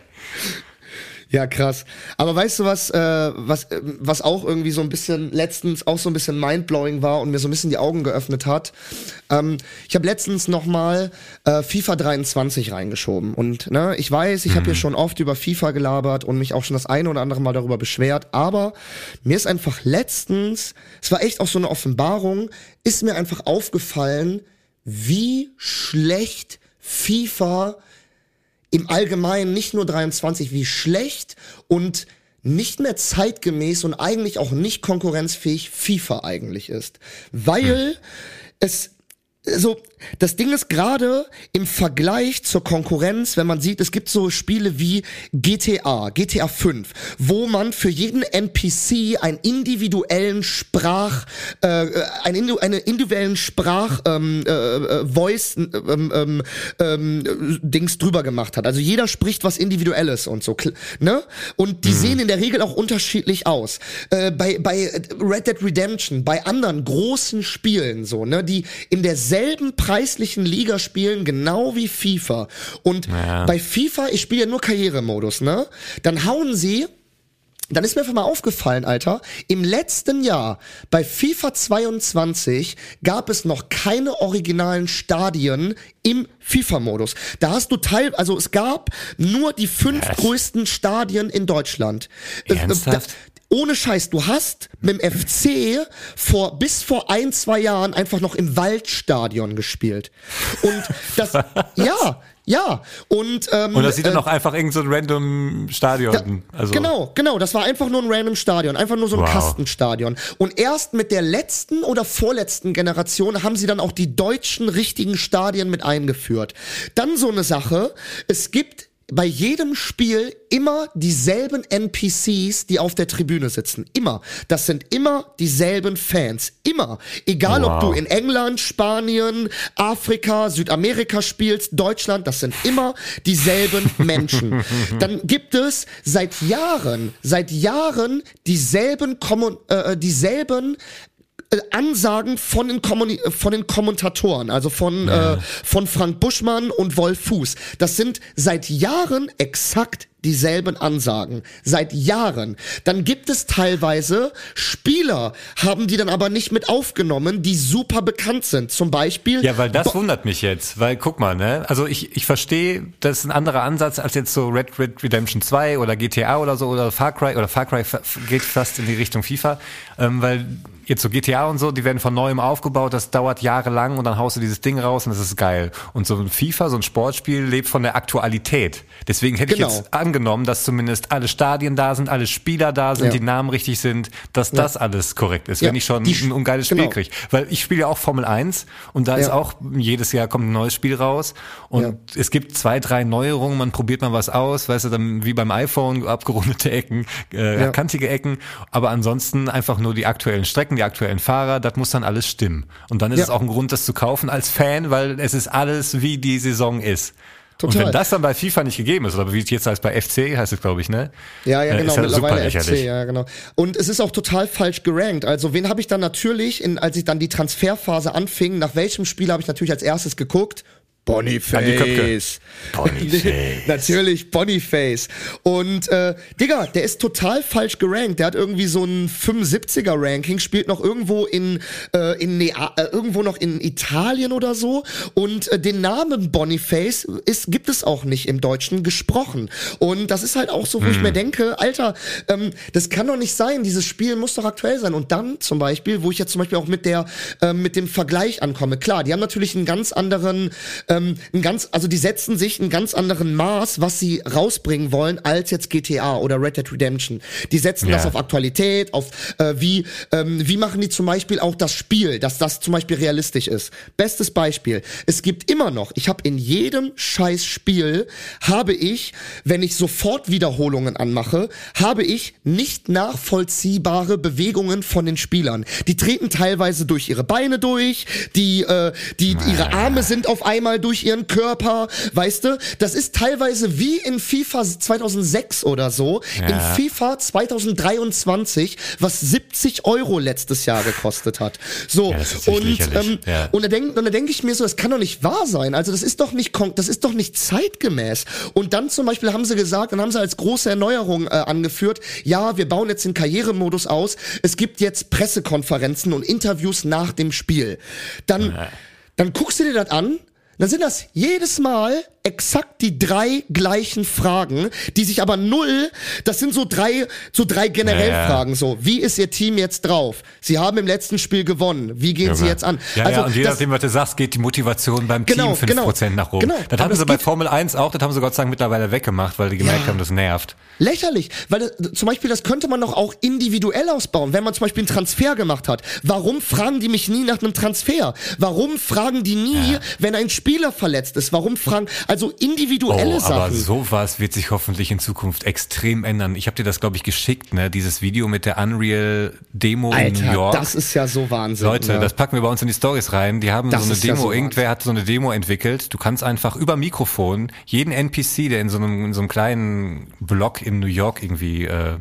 Ja, krass. Aber weißt du, was, äh, was, äh, was auch irgendwie so ein bisschen letztens auch so ein bisschen mindblowing war und mir so ein bisschen die Augen geöffnet hat? Ähm, ich habe letztens nochmal äh, FIFA dreiundzwanzig reingeschoben. Und ne, ich weiß, ich habe hier schon oft über FIFA gelabert und mich auch schon das eine oder andere Mal darüber beschwert. Aber mir ist einfach letztens, es war echt auch so eine Offenbarung, ist mir einfach aufgefallen, wie schlecht FIFA im Allgemeinen, nicht nur dreiundzwanzig, wie schlecht und nicht mehr zeitgemäß und eigentlich auch nicht konkurrenzfähig FIFA eigentlich ist. Weil es so, das Ding ist gerade im Vergleich zur Konkurrenz, wenn man sieht, es gibt so Spiele wie G T A, G T A fünf, wo man für jeden N P C einen individuellen Sprach, äh, einen, eine individuellen Sprach, ähm, äh, Voice, ähm, ähm, ähm, Dings drüber gemacht hat. Also jeder spricht was Individuelles und so, ne? Und die mhm. sehen in der Regel auch unterschiedlich aus. Äh, bei, bei Red Dead Redemption, bei anderen großen Spielen so, ne, die in der selben preislichen Liga spielen, genau wie FIFA. Und ja. bei FIFA, ich spiele ja nur Karrieremodus, ne? Dann hauen sie, dann ist mir einfach mal aufgefallen, Alter, im letzten Jahr bei FIFA zweiundzwanzig gab es noch keine originalen Stadien im FIFA-Modus. Da hast du teil, also es gab nur die fünf Was? größten Stadien in Deutschland. Ernsthaft? Ohne Scheiß, du hast mit dem F C vor bis vor ein, zwei Jahren einfach noch im Waldstadion gespielt. Und das, ja, ja. Und, ähm, und das sieht dann äh, auch einfach irgend so ein random Stadion. Da, also. Genau, genau. Das war einfach nur ein random Stadion. Einfach nur so ein wow. Kastenstadion. Und erst mit der letzten oder vorletzten Generation haben sie dann auch die deutschen richtigen Stadien mit eingeführt. Dann so eine Sache. Es gibt bei jedem Spiel immer dieselben N P Cs, die auf der Tribüne sitzen. Immer. Das sind immer dieselben Fans. Immer. Egal, wow. ob du in England, Spanien, Afrika, Südamerika spielst, Deutschland, das sind immer dieselben Menschen. Dann gibt es seit Jahren, seit Jahren dieselben, Kommun- äh, dieselben Ansagen von den, Kommuni- von den Kommentatoren, also von, ja. äh, von Frank Buschmann und Wolf Fuß. Das sind seit Jahren exakt dieselben Ansagen. Seit Jahren. Dann gibt es teilweise Spieler, haben die dann aber nicht mit aufgenommen, die super bekannt sind. Zum Beispiel... Ja, weil das Bo- wundert mich jetzt. Weil, guck mal, ne? Also ich, ich verstehe, das ist ein anderer Ansatz als jetzt so Red Dead Redemption zwei oder G T A oder so oder Far Cry. Oder Far Cry f- geht fast in die Richtung FIFA. Ähm, weil jetzt so G T A und so, die werden von neuem aufgebaut, das dauert jahrelang und dann haust du dieses Ding raus und das ist geil. Und so ein FIFA, so ein Sportspiel, lebt von der Aktualität. Deswegen hätte genau. ich jetzt angenommen, dass zumindest alle Stadien da sind, alle Spieler da sind, ja. die Namen richtig sind, dass das ja. alles korrekt ist, ja. wenn ich schon die, ein ungeiles Spiel genau. kriege. Weil ich spiele ja auch Formel eins und da ja. ist auch, jedes Jahr kommt ein neues Spiel raus und ja. es gibt zwei, drei Neuerungen, man probiert mal was aus, weißt du, dann wie beim iPhone, abgerundete Ecken, äh, ja. kantige Ecken, aber ansonsten einfach nur die aktuellen Strecken, die aktuellen Fahrer, das muss dann alles stimmen. Und dann ist ja. es auch ein Grund, das zu kaufen als Fan, weil es ist alles, wie die Saison ist. Total. Und wenn das dann bei FIFA nicht gegeben ist, oder wie es jetzt heißt bei F C, heißt es, glaube ich, ne? Ja, ja, genau, ist ja mittlerweile F C, ja, genau. Und es ist auch total falsch gerankt. Also, wen habe ich dann natürlich, in, als ich dann die Transferphase anfing, nach welchem Spiel habe ich natürlich als erstes geguckt? Boniface. Boniface. Natürlich Boniface. Und äh, Digga, der ist total falsch gerankt. Der hat irgendwie so ein fünfundsiebziger Ranking, spielt noch irgendwo in äh, in Nea- äh, irgendwo noch in Italien oder so. Und äh, den Namen Boniface ist gibt es auch nicht im Deutschen gesprochen. Und das ist halt auch so, wo hm. ich mir denke, Alter, ähm, das kann doch nicht sein. Dieses Spiel muss doch aktuell sein. Und dann zum Beispiel, wo ich jetzt zum Beispiel auch mit der äh, mit dem Vergleich ankomme. Klar, die haben natürlich einen ganz anderen ähm, ein ganz, also die setzen sich einen ganz anderen Maß, was sie rausbringen wollen, als jetzt G T A oder Red Dead Redemption. Die setzen ja. das auf Aktualität, auf äh, wie ähm, wie machen die zum Beispiel auch das Spiel, dass das zum Beispiel realistisch ist. Bestes Beispiel, es gibt immer noch, ich habe in jedem scheiß Spiel, habe ich, wenn ich sofort Wiederholungen anmache, habe ich nicht nachvollziehbare Bewegungen von den Spielern. Die treten teilweise durch ihre Beine durch, die, äh, die ihre Arme sind auf einmal durch ihren Körper, weißt du? Das ist teilweise wie in FIFA zweitausendsechs oder so, ja. in FIFA zweitausenddreiundzwanzig, was siebzig Euro letztes Jahr gekostet hat. So, ja, und, ähm, ja. und da denke da denk ich mir so, das kann doch nicht wahr sein. Also das ist doch nicht, das ist doch nicht zeitgemäß. Und dann zum Beispiel haben sie gesagt, dann haben sie als große Erneuerung äh, angeführt, ja, wir bauen jetzt den Karrieremodus aus, es gibt jetzt Pressekonferenzen und Interviews nach dem Spiel. Dann, ja. dann guckst du dir das an, dann sind das jedes Mal exakt die drei gleichen Fragen, die sich aber null, das sind so drei, so drei generell ja, ja. Fragen, so, wie ist ihr Team jetzt drauf? Sie haben im letzten Spiel gewonnen, wie gehen Junge. sie jetzt an? Ja, also, ja, und je das, nachdem, was du sagst, geht die Motivation beim Genau, Team fünf Prozent genau. nach oben. Genau. Das Aber haben es sie bei geht- Formel eins auch, das haben sie Gott sei Dank mittlerweile weggemacht, weil die gemerkt Ja. haben, das nervt. Lächerlich, weil das, zum Beispiel, das könnte man doch auch individuell ausbauen, wenn man zum Beispiel einen Transfer gemacht hat. Warum fragen die mich nie nach einem Transfer? Warum fragen die nie, Ja. wenn ein Spieler verletzt ist? Warum fragen, also individuelle Oh, Sachen. aber sowas wird sich hoffentlich in Zukunft extrem ändern. Ich habe dir das, glaube ich, geschickt, ne? Dieses Video mit der Unreal-Demo in New Alter, York. das ist ja so Wahnsinn. Leute, ja. das packen wir bei uns in die Stories rein. Die haben Das so eine ist ja Demo, so irgendwer hat so eine Demo entwickelt. Du kannst einfach über Mikrofon jeden N P C, der in so einem, in so einem kleinen Block in New York irgendwie äh,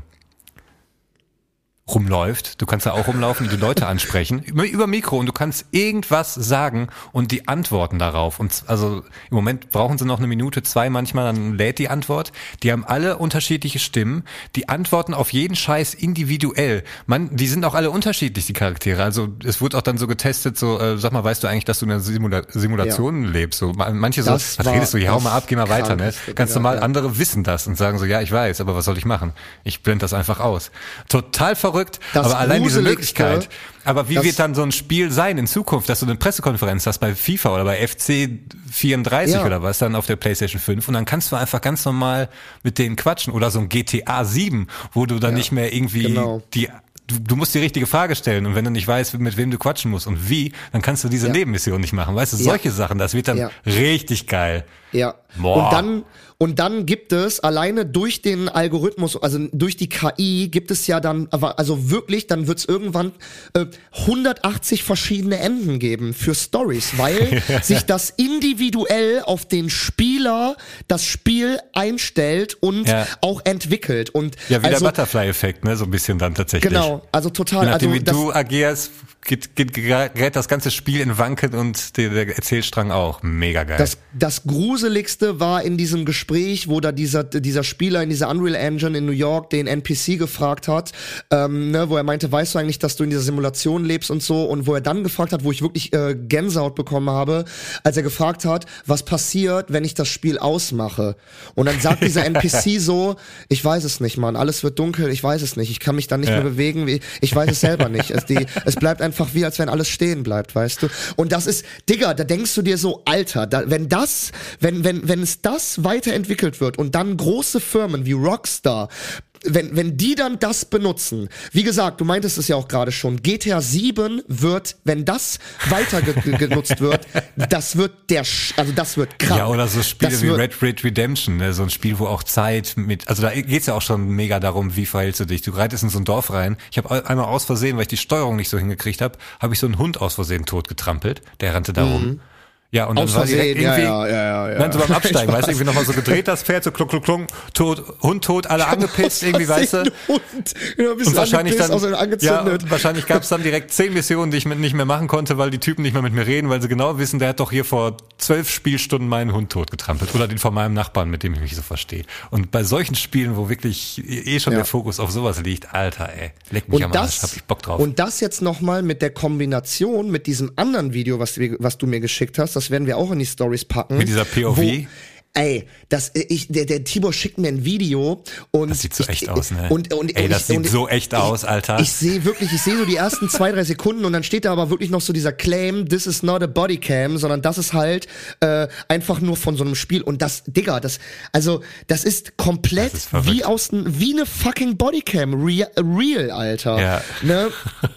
rumläuft, du kannst da auch rumlaufen und die Leute ansprechen, über, über Mikro, und du kannst irgendwas sagen und die antworten darauf. Und also im Moment brauchen sie noch eine Minute, zwei manchmal, dann lädt die Antwort. Die haben alle unterschiedliche Stimmen, die antworten auf jeden Scheiß individuell. Man, die sind auch alle unterschiedlich, die Charaktere. Also es wurde auch dann so getestet, so, äh, sag mal, weißt du eigentlich, dass du in einer Simula- Simulation ja. lebst? So, manche so, Das was war redest du, ja, hau mal ab, geh mal weiter, ne? krankeste, Ganz ja, normal, ja. andere wissen das und sagen so, ja, ich weiß, aber was soll ich machen? Ich blende das einfach aus. Total verrückt. Das aber allein diese Gruseligste, Möglichkeit. Aber wie das- wird dann so ein Spiel sein in Zukunft, dass du eine Pressekonferenz hast bei FIFA oder bei F C vierunddreißig Ja. oder was dann auf der PlayStation fünf, und dann kannst du einfach ganz normal mit denen quatschen, oder so ein G T A sieben, wo du dann nicht mehr irgendwie genau. die Du, du musst die richtige Frage stellen, und wenn du nicht weißt, mit wem du quatschen musst und wie, dann kannst du diese Ja. Nebenmission nicht machen. Weißt du, Ja. solche Sachen, das wird dann Ja. richtig geil. Ja. Boah. Und dann und dann gibt es alleine durch den Algorithmus, also durch die K I, gibt es ja dann, also wirklich, dann wird es irgendwann äh, hundertachtzig verschiedene Enden geben für Stories, weil sich das individuell auf den Spieler das Spiel einstellt und Ja. auch entwickelt. Und Ja, wie also, der Butterfly-Effekt, ne, so ein bisschen dann tatsächlich. genau, also Je total. nachdem, Also wie das, du agierst, geht, geht, gerät das ganze Spiel in Wanken, und der, der Erzählstrang auch. Mega geil. Das, das Gruseligste war in diesem Gespräch, wo da dieser, dieser Spieler in dieser Unreal Engine in New York den N P C gefragt hat, ähm, ne, wo er meinte, weißt du eigentlich, dass du in dieser Simulation lebst und so, und wo er dann gefragt hat, wo ich wirklich äh, Gänsehaut bekommen habe, als er gefragt hat, was passiert, wenn ich das Spiel ausmache. Und dann sagt dieser N P C so, ich weiß es nicht, Mann, alles wird dunkel, ich weiß es nicht, ich kann mich dann nicht Ja. mehr bewegen, wie- ich weiß es selber nicht. Es, die, es bleibt einfach wie, als wenn alles stehen bleibt, weißt du. Und das ist, Digga, da denkst du dir so, Alter, da, wenn das, wenn, wenn, wenn es das weiterentwickelt wird und dann große Firmen wie Rockstar, wenn, wenn die dann das benutzen, wie gesagt, du meintest es ja auch gerade schon, G T A sieben wird, wenn das weiter ge ge- genutzt wird, das wird der, Sch also das wird krass. Ja, oder so Spiele Das wie wird- Red Red Redemption, ne? So ein Spiel, wo auch Zeit mit, also da geht's ja auch schon mega darum, wie verhältst du dich. Du reitest in so ein Dorf rein. Ich habe einmal aus Versehen, weil ich die Steuerung nicht so hingekriegt habe, habe ich so einen Hund aus Versehen totgetrampelt. Der rannte da rum. Ja, und dann Aus war direkt Versehen, ja, irgendwie, ja, ja, ja, ja. dann so beim Absteigen, weißt du, Spaß. irgendwie nochmal so gedreht, das Pferd, so klunk, klunk, klunk, tot, Hund tot, alle angepisst, irgendwie, weißt du. Und, ja, Und wahrscheinlich dann, also ja, angezündet. und wahrscheinlich gab es dann direkt zehn Missionen, die ich mit nicht mehr machen konnte, weil die Typen nicht mehr mit mir reden, weil sie genau wissen, der hat doch hier vor zwölf Spielstunden meinen Hund totgetrampelt oder den von meinem Nachbarn, mit dem ich mich so verstehe. Und bei solchen Spielen, wo wirklich eh schon Ja. der Fokus auf sowas liegt, Alter, ey, leck mich Und am Arsch, das, hab ich Bock drauf. und das jetzt nochmal mit der Kombination mit diesem anderen Video, was, wir, was du mir geschickt hast, das werden wir auch in die Stories packen. Mit dieser P O V? Wo, ey, das, ich, der, der Tibor schickt mir ein Video und Das sieht so ich, echt aus, ne? Und, und, Ey, und das ich, sieht und so echt aus, Alter. Ich, ich sehe wirklich, ich sehe so die ersten zwei, drei Sekunden und dann steht da aber wirklich noch so dieser Claim, this is not a bodycam, sondern das ist halt äh, einfach nur von so einem Spiel. Und das, Digga, das, also das ist komplett Das ist verrückt. wie aus n- wie eine fucking Bodycam, real, real Alter. Ja. Ne?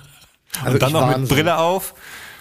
Und dann noch mit Wahnsinn. Brille auf,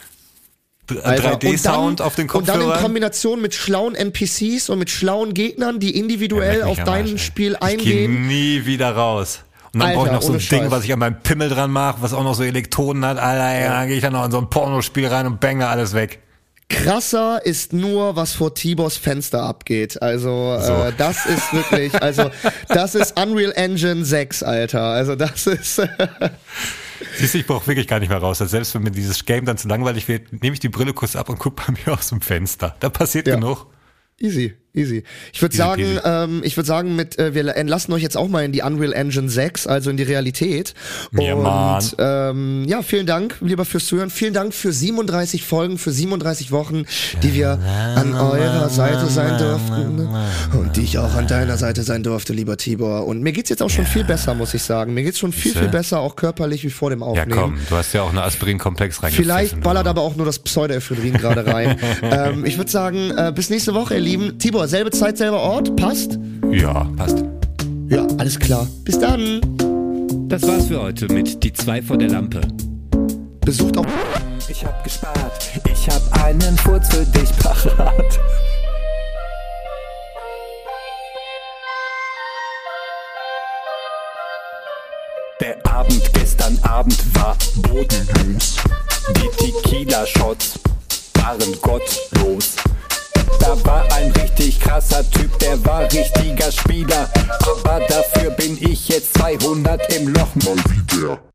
Alter, drei und dann- D-Sound auf den Und dann in Kopfhörern. Kombination mit schlauen N P Cs und mit schlauen Gegnern, die individuell Leck mich auf am dein Arsch, ey. Spiel Ich geh eingehen. nie wieder raus. Und dann Alter, brauche ich noch so ein ohne Ding, Scheiß. was ich an meinem Pimmel dran mache, was auch noch so Elektroden hat. Alter, ey, dann gehe ich dann noch in so ein Pornospiel rein und bange alles weg. Krasser ist nur, was vor Tibors Fenster abgeht. Also So. äh, das ist wirklich, also das ist Unreal Engine sechs, Alter. Also das ist Siehst du, ich brauche wirklich gar nicht mehr raus. Also selbst wenn mir dieses Game dann zu langweilig wird, nehme ich die Brille kurz ab und guck bei mir aus dem Fenster. Da passiert Ja. genug. easy. Easy. Ich würde sagen, peasy. ähm, ich würde sagen, mit äh, wir entlassen euch jetzt auch mal in die Unreal Engine sechs, also in die Realität. Ja, und Mann. ähm, ja, vielen Dank, lieber fürs Zuhören. Vielen Dank für siebenunddreißig Folgen, für siebenunddreißig Wochen, die wir an eurer Seite sein durften und die ich auch an deiner Seite sein durfte, lieber Tibor. Und mir geht's jetzt auch schon viel besser, muss ich sagen. Mir geht's schon viel, viel besser, auch körperlich wie vor dem Ja, Aufnehmen. komm, du hast ja auch eine Aspirin-Komplex reingepfiffen. Vielleicht ballert oder? aber auch nur das Pseudoephedrin gerade rein. ähm, ich würde sagen, äh, bis nächste Woche, ihr Lieben. Tibor, selbe Zeit, selber Ort, passt? Ja, passt. Ja, alles klar. Bis dann. Das war's für heute mit Die zwei vor der Lampe. Besucht auch... Ich hab gespart, ich hab einen Furz für dich parat. Der Abend gestern Abend war bodenlos. Die Tequila-Shots waren gottlos. Da war ein richtig krasser Typ, der war richtiger Spieler. Aber dafür bin ich jetzt zweihundert im Loch. Mal wieder.